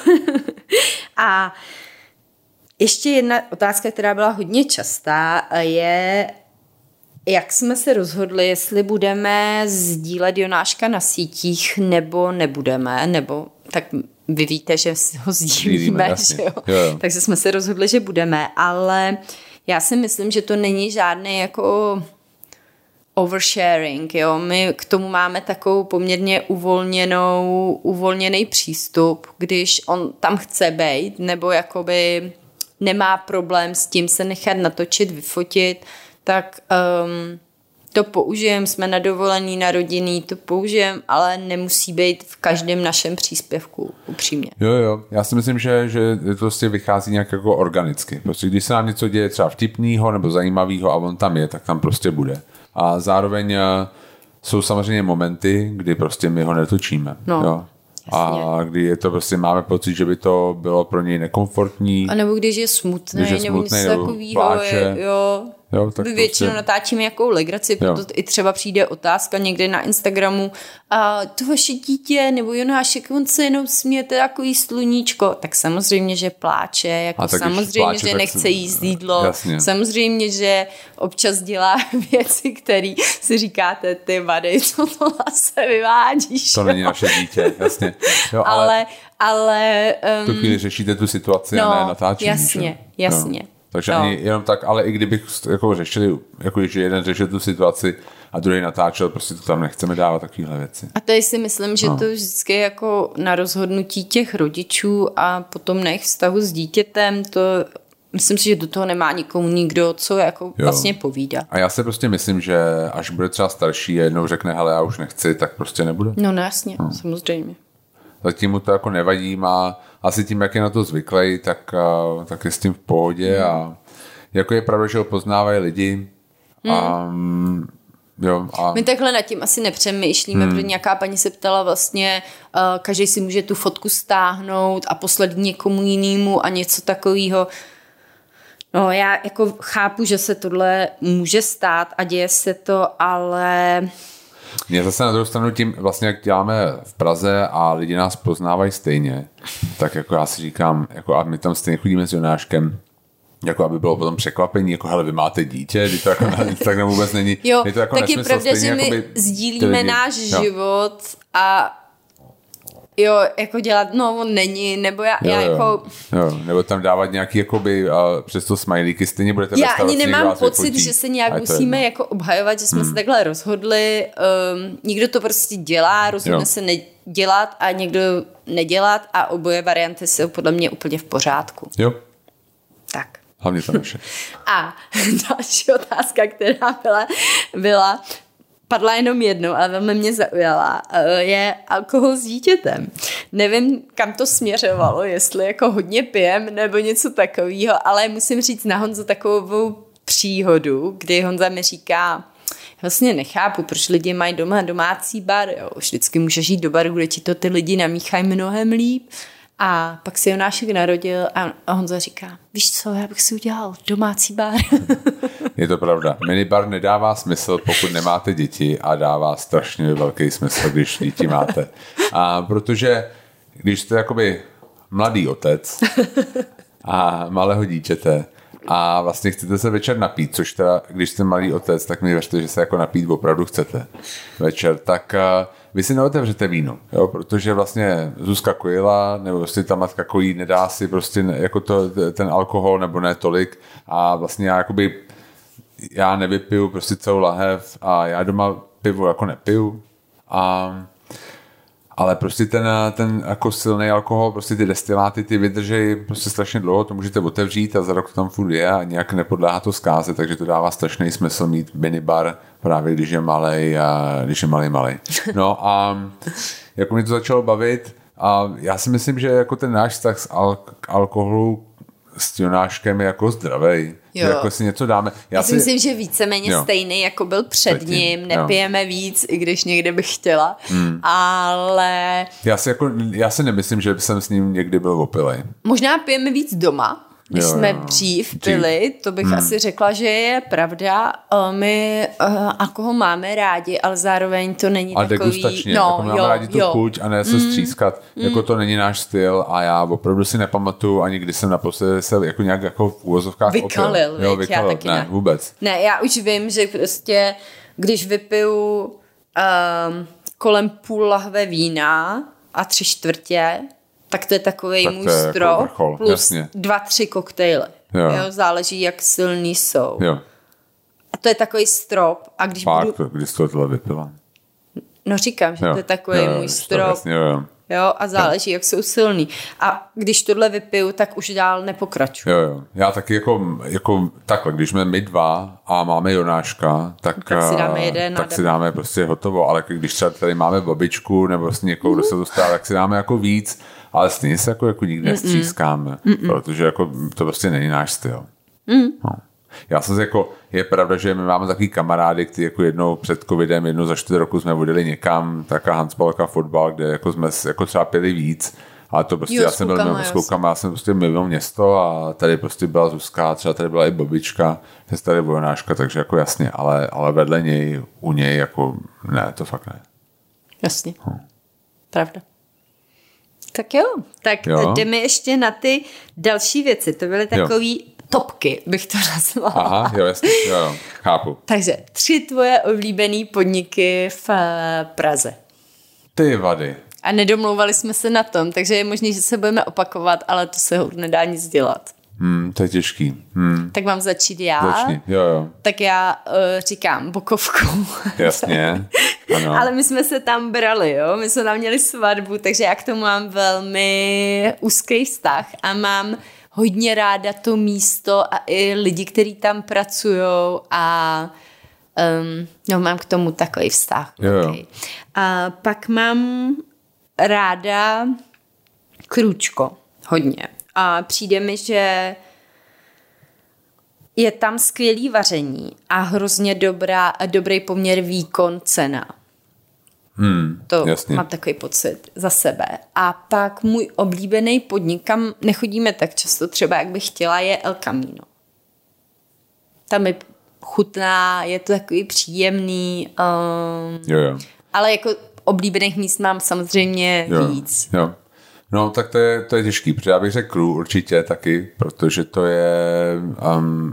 A ještě jedna otázka, která byla hodně častá, je, jak jsme se rozhodli, jestli budeme sdílet Jonáška na sítích, nebo nebudeme, nebo tak vy víte, že ho sdílíme, že jo? Jo, jo. Takže jsme se rozhodli, že budeme, ale já si myslím, že to není žádný jako oversharing, jo? My k tomu máme takovou poměrně uvolněnou, uvolněný přístup, když on tam chce být, nebo jakoby nemá problém s tím se nechat natočit, vyfotit, tak um, to použijem, jsme na dovolený, na rodinný, to použijem, ale nemusí být v každém našem příspěvku, upřímně. Jo, jo, já si myslím, že, že to prostě vychází nějak jako organicky. Prostě když se nám něco děje třeba vtipnýho nebo zajímavýho a on tam je, tak tam prostě bude. A zároveň jsou samozřejmě momenty, kdy prostě my ho netočíme. No. Jo. A kdy je to prostě, máme pocit, že by to bylo pro něj nekomfortní. A nebo když je smutný, když je nebo smutný, něco takovýho, jo. Jo, tak my většinou prostě natáčíme jakou legraci, proto i třeba přijde otázka někde na Instagramu a to vaše dítě nebo Jonášek, on se jenom směje takový sluníčko, tak samozřejmě, že pláče, jako samozřejmě, pláče, že nechce se... jíst jídlo, jasně. Samozřejmě, že občas dělá věci, které si říkáte, ty vady, co to se vyvádíš. To jo? Není naše dítě, jasně. Jo, ale ale, ale um, tu chvíli řešíte tu situaci no, a ne natáčení. Jasně, že? jasně. No. Takže no. ani jenom tak, ale i kdybych jako řešili, jako že jeden řešil tu situaci a druhý natáčel, prostě to tam nechceme dávat takovéhle věci. A tady si myslím, že no. to vždycky je jako na rozhodnutí těch rodičů a potom nech vztahu s dítětem, to myslím si, že do toho nemá nikomu nikdo, co jako jo. vlastně povídá. A já si prostě myslím, že až bude třeba starší a jednou řekne, hele, já už nechci, tak prostě nebude. No, no jasně, no. samozřejmě. Zatím mu to jako nevadí, má asi tím, jak je na to zvyklý, tak, tak je s tím v pohodě hmm. a jako je pravda, že ho poznávají lidi a hmm. Jo, a... My takhle nad tím asi nepřemýšlíme, hmm. protože nějaká paní se ptala vlastně, uh, každý si může tu fotku stáhnout a poslat někomu jinému a něco takového. No já jako chápu, že se tohle může stát a děje se to, ale... Mě zase na druhou stranu tím, vlastně jak děláme v Praze a lidi nás poznávají stejně, tak jako já si říkám, jako a my tam stejně chodíme s Jonáškem, jako aby bylo potom překvapení, jako hele, vy máte dítě, to jako tak vůbec není. Jo, je to jako tak je pravda, že my jakoby, sdílíme lidi, náš jo. život a jo, jako dělat, no on není, nebo já, jo, já jo, jako... Jo, nebo tam dávat nějaký, jakoby, a přes to smajlíky, stejně budete já ani nemám pocit, vypotí. Že se nějak musíme jako obhajovat, že jsme hmm. se takhle rozhodli, um, někdo to prostě dělá, rozhodne jo. se nedělat a někdo nedělat a oboje varianty jsou podle mě úplně v pořádku. Jo. Tak. Hlavně to naše. A další otázka, která byla, byla padla jenom jednou, ale velmi mě zaujala, je alkohol s dítětem. Nevím, kam to směřovalo, jestli jako hodně pijem nebo něco takového, ale musím říct na Honzu takovou příhodu, kdy Honza mi říká, vlastně nechápu, proč lidi mají doma domácí bar, jo. Vždycky můžeš jít do baru, kde ti to ty lidi namíchají mnohem líp. A pak se Jonášek narodil a Honza říká, víš co, já bych si udělal domácí bar. Je to pravda. Minibar nedává smysl, pokud nemáte děti a dává strašně velký smysl, když děti máte. A protože když jste jakoby mladý otec a malého dítěte a vlastně chcete se večer napít, což teda, když jste malý otec, tak mi věřte, že se jako napít opravdu chcete večer, tak vy si neotevřete víno, jo, protože vlastně Zuzka kojila, nebo prostě ta matka kojí, nedá si prostě jako to, ten alkohol, nebo ne tolik a vlastně já jakoby, já nevypiju prostě celou lahev a já doma pivo jako nepiju a ale prostě ten, ten jako silný alkohol, prostě ty destiláty, ty vydržej prostě strašně dlouho, to můžete otevřít a za rok to tam furt je a nějak nepodléhá to zkáze, takže to dává strašný smysl mít minibar právě když je malej a když je malej malej. No a jako mě to začalo bavit a já si myslím, že jako ten náš vztah s al- alkoholu s Jonáškem je jako zdravej. Jo. Jako si něco dáme. Já, já si myslím, že víceméně jo. stejný, jako byl před Předtím. ním. Nepijeme jo. víc, i když někde bych chtěla. Hmm. Ale... Já si, jako, já si nemyslím, že jsem s ním někdy byl opilej. Možná pijeme víc doma, než jo, jsme jo. dřív pili. To bych hmm. asi řekla, že je pravda. My uh, alkohol máme rádi, ale zároveň to není ale takový... degustačně. No, jako máme jo, rádi tu jo. chuť a ne se mm. střískat. Mm. Jako to není náš styl a já opravdu si nepamatuju ani když jsem naposledy se jako nějak jako v úvozovkách vykalil, opil. Jo, vykalil. Já taky ne, ne, vůbec. Ne, já už vím, že prostě když vypiju um, kolem půl lahve vína a tři čtvrtě, tak to je takovej tak můj strop jako vrchol, plus jasně. dva, tři koktejly. Jo. Jo, záleží, jak silný jsou. Jo. A to je takový strop. A když Fakt, budu... když to tohle vypila. No říkám, že jo. to je takový jo, můj strop. Jasně, jo. Jo, a záleží, jo. jak jsou silný. A když tohle vypiju, tak už dál nepokračuju. Jo, jo. Já taky jako, jako takhle, když jsme my dva a máme Jonáška, tak, tak si dáme jeden tak si dáme prostě hotovo, ale když třeba tady máme babičku nebo prostě někoho, kdo se dostává, tak si dáme jako víc, ale stejně se jako, jako nikdy nestřískáme, Mm-mm. protože jako to prostě není náš styl. Mm. No. Já jsem jako, je pravda, že my máme takový kamarády, kteří jako jednou před covidem, jednou za čtyři roku jsme vodili někam, taká handballka, fotbal, kde jako jsme jako třeba pili víc, ale to prostě, jo, já jsem byl mimo, s klukama, já jsem prostě mimo město a tady prostě byla Zuzka, třeba tady byla i babička, je tady Jonáška, takže jako jasně, ale, ale vedle něj, u něj jako ne, to fakt ne. Jasně, hm. pravda. Tak jo, tak jo. jdeme ještě na ty další věci, to byly takový jo. topky, bych to nazvala. Aha, jo, jasně, jo, jo, chápu. Takže tři tvoje oblíbený podniky v Praze. Ty vady. A nedomlouvali jsme se na tom, takže je možný, že se budeme opakovat, ale to se nedá nic dělat. Hmm, to je těžký. Hmm. Tak mám začít já. Začni, jo, jo. Tak já uh, říkám Bokovku. Jasně, ano. Ale my jsme se tam brali, jo, my jsme tam měli svatbu, takže já k tomu mám velmi úzký vztah a mám hodně ráda to místo a i lidi, kteří tam pracujou a um, no, mám k tomu takový vztah. Jo, okay. A pak mám ráda Krůčko. Hodně. A přijde mi, že je tam skvělý vaření a hrozně dobrá, dobrý poměr výkon cena. Hmm, to jasně. Mám takový pocit za sebe. A pak můj oblíbený podnik, kam nechodíme tak často, třeba jak bych chtěla, je El Camino. Tam je chutná, je to takový příjemný. Um, jo, jo. Ale jako oblíbených míst mám samozřejmě jo, víc. Jo. No, tak to je, to je těžký, protože já bych řekl Crew určitě taky, protože to je... Um,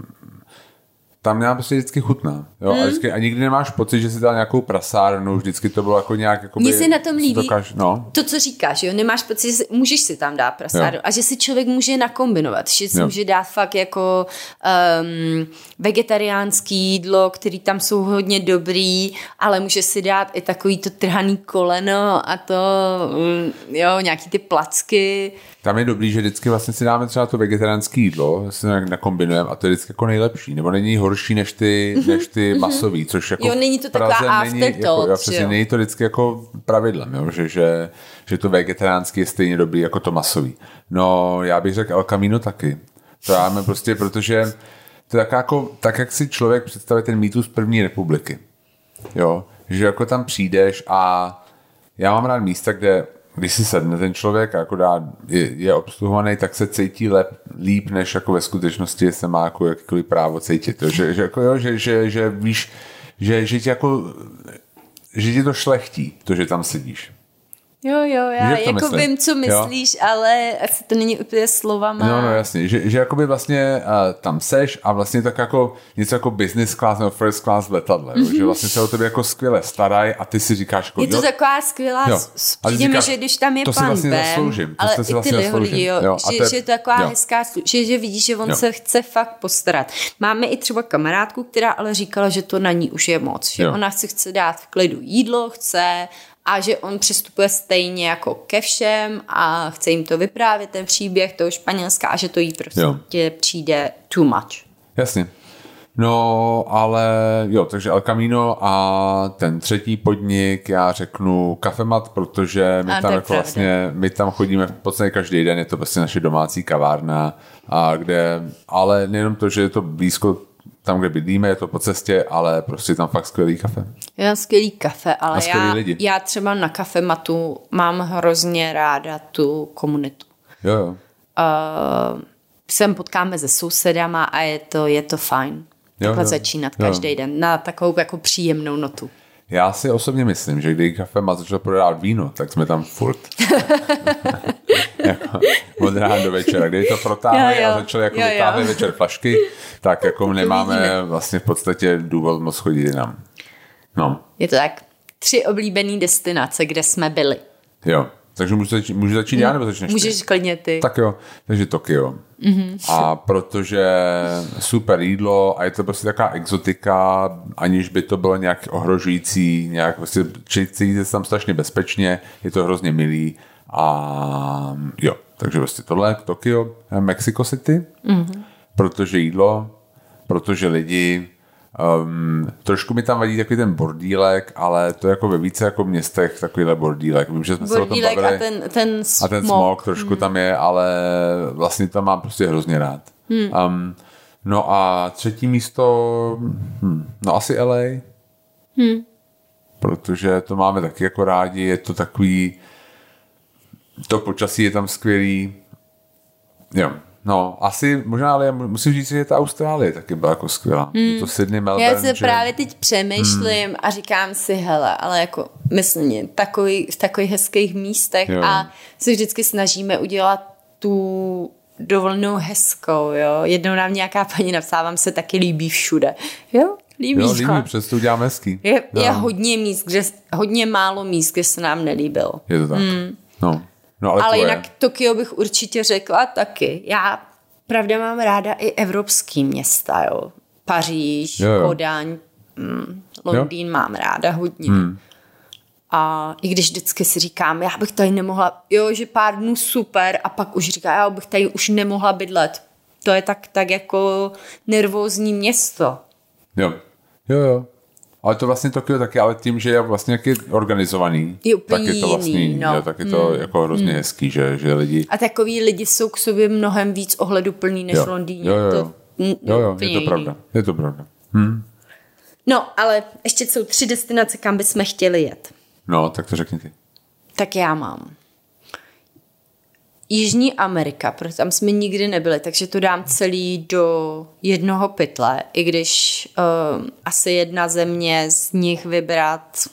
tam měla prostě vždycky chutná. Jo? Mm. A, vždycky, a nikdy nemáš pocit, že si dal nějakou prasárnu, vždycky to bylo jako nějak... Jakoby, mně se na tom líbí dokáž, no. to, co říkáš, jo? Nemáš pocit, že si, můžeš si tam dát prasárnu a že si člověk může nakombinovat, že si jo. může dát fakt jako um, vegetariánský jídlo, který tam jsou hodně dobrý, ale může si dát i takový to trhaný koleno a to, um, jo, nějaký ty placky. Tam je dobrý, že vždycky vlastně si dáme třeba to vegetariánské jídlo, se nějak nakombinujeme a to je vždycky jako nejlepší, nebo není horší než ty, než ty masový, což jako jo, není to taková afterthought, jako, jo, není to vždycky jako pravidlem, jo, že, že, že to vegetariánské je stejně dobrý jako to masový. No, já bych řekl El Camino taky. To dáme prostě, protože to je tak jako, tak jak si člověk představí ten mýtus první republiky, jo, že jako tam přijdeš a já mám rád místa, kde když si sedne ten člověk a jako dá, je, je obsluhovaný, tak se cítí lep, líp, než jako ve skutečnosti se má jako jakýkoliv právo cítit. Jo. Že, že, jako, jo, že, že, že víš, že, že, tě jako, že ti to šlechtí, to, že tam sedíš. Jo, jo, já jako myslím? vím, co myslíš, jo? Ale asi to není úplně slovama. No, no, jasně, že, že jakoby vlastně uh, tam seš a vlastně tak jako něco jako business class nebo first class v letadle, mm-hmm. že vlastně se o tebe jako skvěle starají a ty si říkáš jako... Je to jo, taková skvělá, přijde mi, že když tam je to pan vlastně Ben, zasloužím, ale to si i vlastně ty lidi, jo, jo, že, te... že je to taková jo. hezká, že, že vidíš, že on jo. se chce fakt postarat. Máme i třeba kamarádku, která ale říkala, že to na ní už je moc, že jo. ona si chce dát v klidu jídlo, chce... a že on přistupuje stejně jako ke všem a chce jim to vyprávět, ten příběh toho Španělska a že to jí prostě přijde too much. Jasně. No, ale jo, takže El Camino a ten třetí podnik, já řeknu Kafemat, protože my a tam jako vlastně, my tam chodíme v podstatě každý den, je to vlastně naše domácí kavárna, a kde, ale nejenom to, že je to blízko tam, kde bydlíme, je to po cestě, ale prostě tam fakt skvělý kafe. Já skvělý kafe, ale já, lidi. já třeba na Kafematu mám hrozně ráda tu komunitu. Jo, jo. Uh, sem potkáme se sousedama a je to, je to fajn. Takhle začínat každý jo. den na takovou jako příjemnou notu. Já si osobně myslím, že když Kafemat začal prodávat víno, tak jsme tam furt. jako od rána do večera. Kdyby to protáhli a začali jako vytáhli večer flašky, tak jako nemáme vlastně v podstatě důvod moc chodit jinam. No. Je to tak. Tři oblíbené destinace, kde jsme byli. Jo. Takže můžu začít, můžu začít já, nebo začneš ty? Můžeš klidně ty. Tak jo, takže Tokio. Mm-hmm. A protože super jídlo a je to prostě taková exotika, aniž by to bylo nějak ohrožující, nějak prostě cítíte se tam strašně bezpečně, je to hrozně milý a jo, takže prostě tohle, Tokio, Mexico City, mm-hmm. protože jídlo, protože lidi, Um, trošku mi tam vadí takový ten bordílek, ale to jako ve více jako městech takovýhle bordílek. Vím, že jsme bordílek se o tom bavili. a ten, ten smog. A ten smog trošku hmm. tam je, ale vlastně to mám prostě hrozně rád. Hmm. Um, no a třetí místo, hm, no asi L A. Hmm. Protože to máme taky jako rádi, je to takový, to počasí je tam skvělý. Jo. No, asi možná, ale musím říct, že ta Austrálie taky byla jako skvělá. Hmm. To Sydney, Melbourne. Já se že... právě teď přemýšlím hmm. a říkám si, hele, ale jako myslím, takový, v takových hezkých místech jo. a se vždycky snažíme udělat tu dovolenou hezkou, jo. Jednou nám nějaká paní napsala, vám se taky líbí všude. Jo, líbí. Jo, líbí, přesto udělám hezký. Je, je hodně míst, kde, hodně málo míst, kde se nám nelíbilo. Je to tak, hmm. no. No, ale ale tvoje. Jinak Tokio bych určitě řekla taky. Já pravda mám ráda i evropský města, jo. Paříž, jo, jo. Kodaň, mm, Londýn jo. mám ráda hodně. Hmm. A i když vždycky si říkám, já bych tady nemohla, jo, že pár dnů super a pak už říká, já bych tady už nemohla bydlet. To je tak, tak jako nervózní město. Jo, jo, jo. Ale to vlastně Tokio taky, ale tím, že je vlastně jaký organizovaný, je tak je to vlastně, jiný, no. jo, tak je to mm. jako hrozně mm. hezký, že, že lidi... A takový lidi jsou k sobě mnohem víc ohleduplný než jo. v Londýně. Jo, jo, jo. To, jo, jo je to jiný. pravda, je to pravda. Hm. No, ale ještě jsou tři destinace, kam bychom chtěli jet. No, tak to řekni ty. Tak já mám. Jižní Amerika, protože tam jsme nikdy nebyli, takže to dám celý do jednoho pytle, i když um, asi jedna země z nich vybrat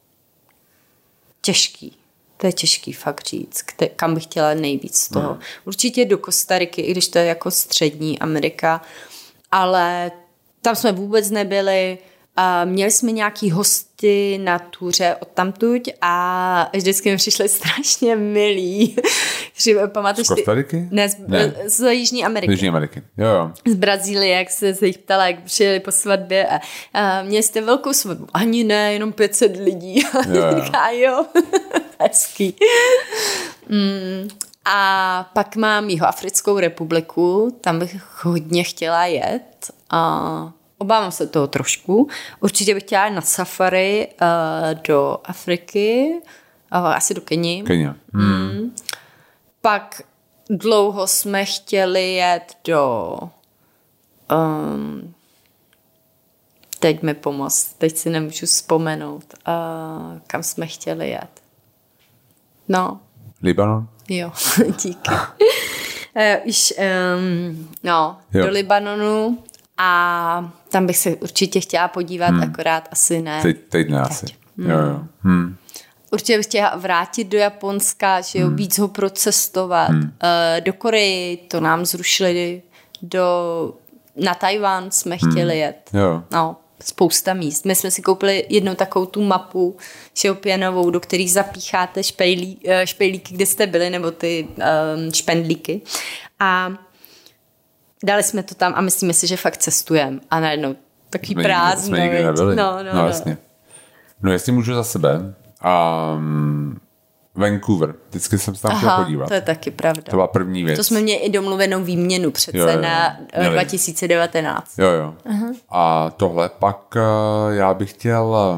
těžký. To je těžký fakt říct, kde, kam bych chtěla nejvíc z toho. Hmm. Určitě do Kostariky, i když to je jako střední Amerika, ale tam jsme vůbec nebyli. Uh, měli jsme nějaký hosty na túře odtamtuť a vždycky mi přišli strašně milí. Z Kostariky? Ne, z, ne, z Jižní Ameriky. Z Jižní Ameriky, jo, jo. Z Brazílie, jak se, se jich ptala, jak přijeli po svatbě a, a měli jste velkou svatbu. Ani ne, jenom pět set lidí. Jo, jo. Říká, jo. Hezký. Mm, a pak mám Jihoafrickou republiku, tam bych hodně chtěla jet a obávám se toho trošku. Určitě bych chtěla na safari uh, do Afriky, uh, asi do Keni. Kenia. Hmm. Mm. Pak dlouho jsme chtěli jet do... Um, teď mi pomoct, teď si nemůžu vzpomenout, uh, kam jsme chtěli jet. No. Libanon? Jo, díky. uh, už, um, no, jo. Do Libanonu. A tam bych se určitě chtěla podívat, hmm. akorát asi ne. Teď, teď ne asi. Hmm. Jo, jo. Hmm. Určitě bych chtěla vrátit do Japonska, že jo, hmm. víc ho procestovat. Hmm. Uh, do Koreji to nám zrušili, do, na Tajvan jsme chtěli hmm. jet. Jo. No, spousta míst. My jsme si koupili jednou takovou tu mapu, že jo, pěnovou, do kterých zapícháte špejlí, špejlíky, kde jste byli, nebo ty um, špendlíky. A dali jsme to tam a myslíme si, že fakt cestujeme. A najednou takový jsme prázdno. Jsme nikdy nebyli. No, no, no, jasně. No, jestli můžu za sebe. Um, Vancouver. Vždycky jsem se tam chtěl podívat. To je taky pravda. To byla první věc. To jsme měli i domluvenou výměnu přece jo, jo, na měli. dva tisíce devatenáct. Jo, jo. Aha. A tohle pak uh, já bych chtěl uh,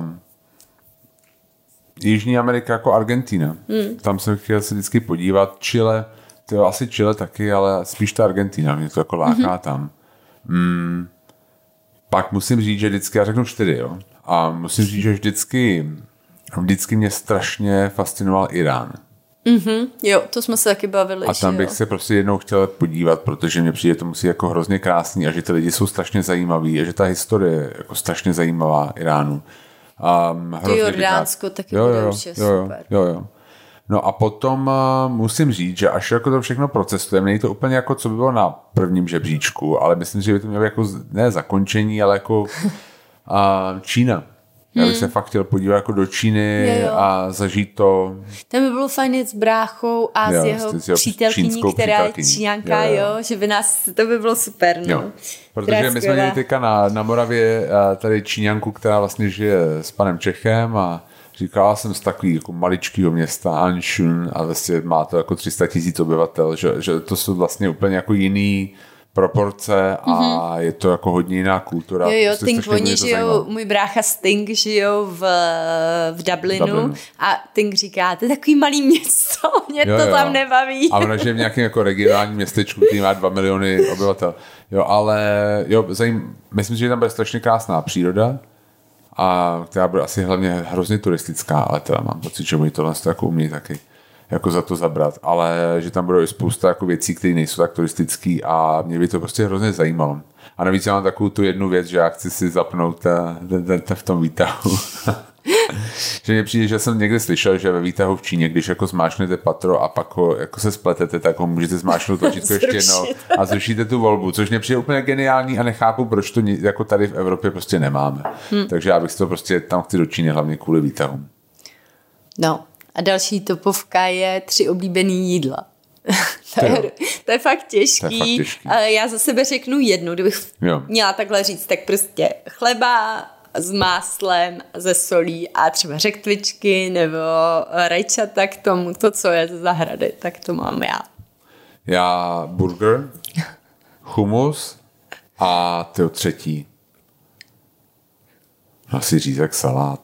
Jižní Amerika jako Argentina. Hmm. Tam jsem chtěl se vždycky podívat. Chile. To asi Chile taky, ale spíš ta Argentina, mě to jako láká mm-hmm. tam. Mm, pak musím říct, že vždycky, já řeknu čtyři, jo. A musím říct, že vždycky, vždycky mě strašně fascinoval Irán. Mm-hmm. Jo, to jsme se taky bavili. A tam bych jo. se prostě jednou chtěl podívat, protože mě přijde to musí jako hrozně krásný a že ty lidi jsou strašně zajímaví a že ta historie je jako strašně zajímavá Iránu. Um, to Jordánsko taky jo, bude jo, už je jo, super. Jo, jo. No a potom uh, musím říct, že až jako to všechno procestujeme, není to úplně jako, co by bylo na prvním žebříčku, ale myslím, že by to mělo jako, ne zakončení, ale jako uh, Čína. Já bych hmm. se fakt chtěl podívat jako do Číny jo, jo. a zažít to. Tam by bylo fajn jít s bráchou a jo, s jeho, s jeho přítelkyní, která je Číňanka, jo, jo. jo, že by nás, to by bylo super, no. Jo. Protože my jsme měli teďka na, na Moravě tady Číňanku, která vlastně žije s panem Čechem a říkala jsem z takový jako maličkýho města Anshun a vlastně má to jako tři sta tisíc obyvatel, že, že to jsou vlastně úplně jako jiný proporce a mm-hmm. je to jako hodně jiná kultura. Jo, jo, Sting, oni žijou, můj brácha Sting žijou v, v Dublinu, Dublinu a Sting říká, to je takový malý město, mě jo, to jo. tam nebaví. A ona žije v nějakém jako regionálním městečku, který má dva miliony obyvatel. Jo, ale jo, zajím, myslím si, že tam bude strašně krásná příroda a která bude asi hlavně hrozně turistická, ale teda mám pocit, že oni tohle jako umějí taky jako za to zabrat, ale že tam budou i spousta jako věcí, které nejsou tak turistický a mě by to prostě hrozně zajímalo. A navíc já mám takovou tu jednu věc, že já chci si zapnout v tom výtahu. Že mně přijde, že jsem někde slyšel, že ve výtahu v Číně, když jako zmáčknete patro a pak ho jako se spletete, tak ho můžete zmáčknout tlačítko ještě jednou a zrušíte tu volbu, což mě přijde úplně geniální a nechápu, proč to jako tady v Evropě prostě nemáme. Hmm. Takže já bych to prostě tam chci do Číny hlavně kvůli výtahu. No. A další topovka je tři oblíbený jídla. to, je, to je fakt těžký. To je fakt těžký. Já za sebe řeknu jednu, kdybych jo. měla takhle říct, tak prostě chleba, s máslem, ze solí a třeba řektvičky nebo rajčata k tomu, to, co je ze zahrady, tak to mám já. Já burger, hummus a ty třetí. Asi řízek salát.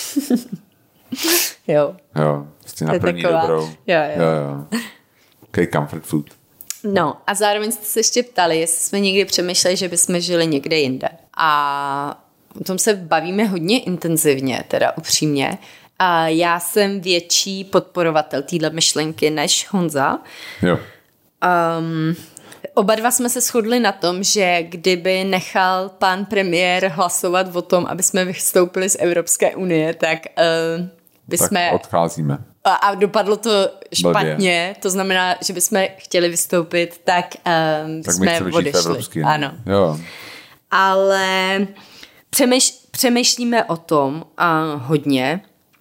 Jo. Jo, prostě na první dobrou. Jo, jo. jo, jo. Okay, comfort food. No a zároveň jste se ještě ptali, jestli jsme někdy přemýšleli, že bychom žili někde jinde. A o tom se bavíme hodně intenzivně, teda upřímně. A já jsem větší podporovatel téhle myšlenky než Honza. Jo. Um, oba dva jsme se shodli na tom, že kdyby nechal pan premiér hlasovat o tom, aby jsme vystoupili z Evropské unie, tak uh, bychom... Tak odcházíme. A, a dopadlo to špatně, Blbě. To znamená, že bychom chtěli vystoupit, tak um, tak jsme odešli. Ano. Jo. Ale přemýš, přemýšlíme o tom uh, hodně.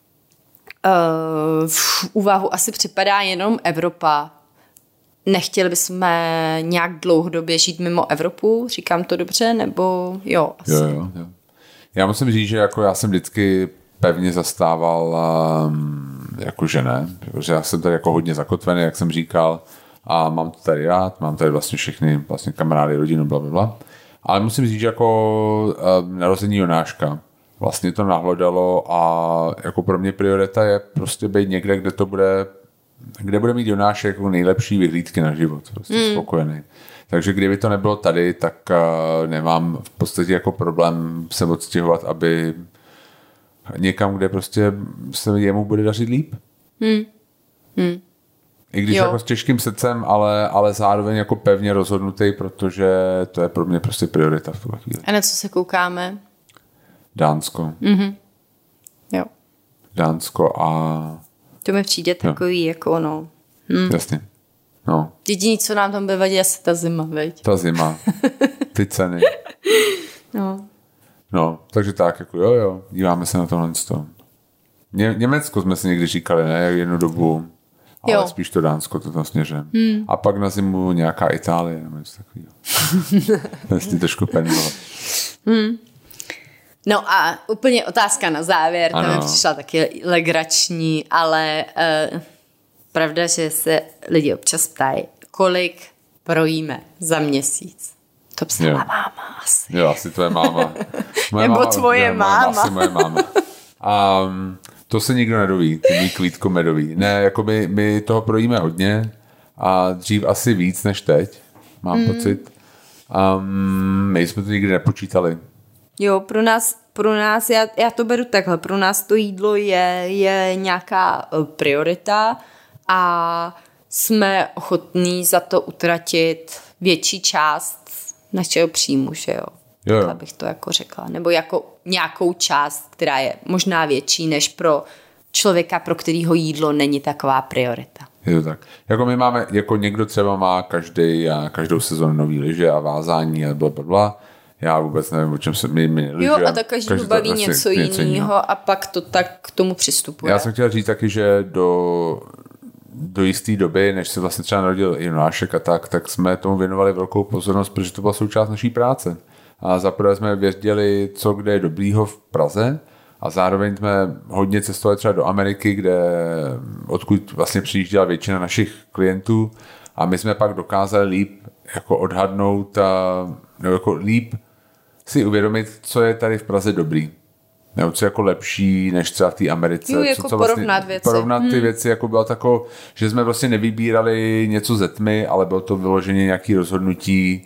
Uh, v úvahu asi připadá jenom Evropa. Nechtěli bychom nějak dlouhodobě žít mimo Evropu? Říkám to dobře? Nebo jo? Asi. Jo, jo, jo. Já musím říct, že jako já jsem vždycky pevně zastával um, jako že ne, protože já jsem tady jako hodně zakotvený, jak jsem říkal, a mám to tady rád, mám tady vlastně všechny vlastně kamarády, rodinu, blablabla. Ale musím říct, že jako um, narození Jonáška vlastně to nahlodalo a jako pro mě priorita je prostě být někde, kde to bude, kde bude mít Jonášek jako nejlepší vyhlídky na život, prostě mm. spokojený. Takže kdyby to nebylo tady, tak uh, nemám v podstatě jako problém se odstěhovat, aby někam, kde prostě se jemu bude dařit líp. Hmm. Hmm. I když jo. jako s těžkým srdcem, ale, ale zároveň jako pevně rozhodnutý, protože to je pro mě prostě priorita v tuhle chvíli. A na co se koukáme? Dánsko. Mhm. Jo. Dánsko a... To mi přijde takový jo. jako no... Hmm. Jasně. No. Jediný, co nám tam bude vadit, asi ta zima, veď? Ta zima. Ty ceny. No. No, takže tak, jako jo, jo, díváme se na tohle z toho. Ně, Německo jsme si někdy říkali, ne, jednu dobu, ale jo. spíš to Dánsko, to tam směřem. Hmm. A pak na zimu nějaká Itálie, nebo něco takového. Vlastně trošku pendlo. Hmm. No a úplně otázka na závěr, tam mi přišla taky legrační, ale uh, pravda, že se lidi občas ptají, kolik projíme za měsíc. To psala jo. máma asi. Jo, asi tvoje máma. Moje Nebo máma, tvoje jo, máma. Asi moje máma. A um, to se nikdo nedoví, ty mý klítko medový. Ne, jako my, my toho projíme hodně a dřív asi víc než teď, mám mm. pocit. Um, my jsme to nikdy nepočítali. Jo, pro nás, pro nás já, já to beru takhle, pro nás to jídlo je, je nějaká priorita a jsme ochotní za to utratit větší část našeho příjmu, že jo. Jo, jo. Tak bych to jako řekla. Nebo jako nějakou část, která je možná větší než pro člověka, pro kterýho jídlo není taková priorita. Je to tak. Jako my máme, jako někdo třeba má každý, každou sezonu nový lyže a vázání a blablabla. Já vůbec nevím, o čem se mi, mi lyže. Jo, a tak každý každý baví něco, něco jiného, jiného a pak to tak k tomu přistupuje. Já jsem chtěl říct taky, že do, do jisté doby, než se vlastně třeba narodil Jonášek a tak, tak jsme tomu věnovali velkou pozornost, protože to byla součást naší práce. A zaprvé jsme věděli, co kde je dobrýho v Praze a zároveň jsme hodně cestovali třeba do Ameriky, kde odkud vlastně přijížděla většina našich klientů a my jsme pak dokázali líp jako odhadnout a, nebo jako líp si uvědomit, co je tady v Praze dobrý. Nebo co je jako lepší, než třeba v té Americe. Jo, jako co, co porovnat vlastně, věci. Porovnat ty hmm. věci, jako bylo tako, že jsme vlastně nevybírali něco ze tmy, ale bylo to vyloženě nějaké rozhodnutí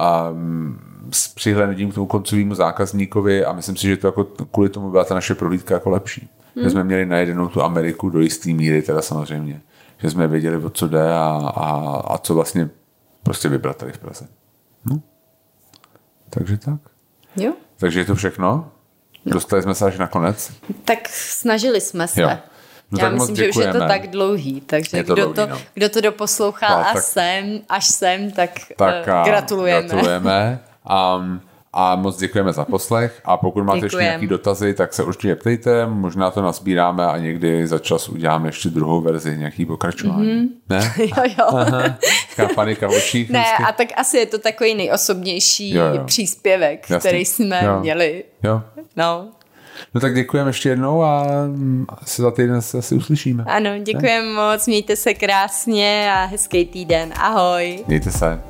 um, s přihlédnutím k tomu koncovému zákazníkovi a myslím si, že to jako kvůli tomu byla ta naše prohlídka jako lepší. Hmm. Že jsme měli najedenou tu Ameriku do jisté míry, teda samozřejmě. Že jsme věděli, o co jde a, a, a co vlastně prostě vybrat tady v Praze. No. Takže tak. Jo. Takže je to všechno? Jo. Dostali jsme se až na konec? Tak snažili jsme se. Jo. No, já myslím, že už je to tak dlouhý, takže to kdo, dlouhý, to, no. kdo to doposlouchal no, a tak, sem, až sem, tak, tak uh, gratulujeme. Gratulujeme. Um, a moc děkujeme za poslech a pokud máte Děkujem. ještě nějaký dotazy, tak se určitě ptejte, možná to nazbíráme a někdy za čas uděláme ještě druhou verzi, nějaký pokračování. Mm-hmm. Ne? Jo, jo. Aha. Taká panika v očích. Ne, vždycky. a tak asi je to takový nejosobnější jo, jo. příspěvek, Jasně. který jsme jo. měli. Jo. No. No tak děkujeme ještě jednou a se za týden se asi uslyšíme. Ano, děkujeme moc, mějte se krásně a hezký týden. Ahoj. Mějte se.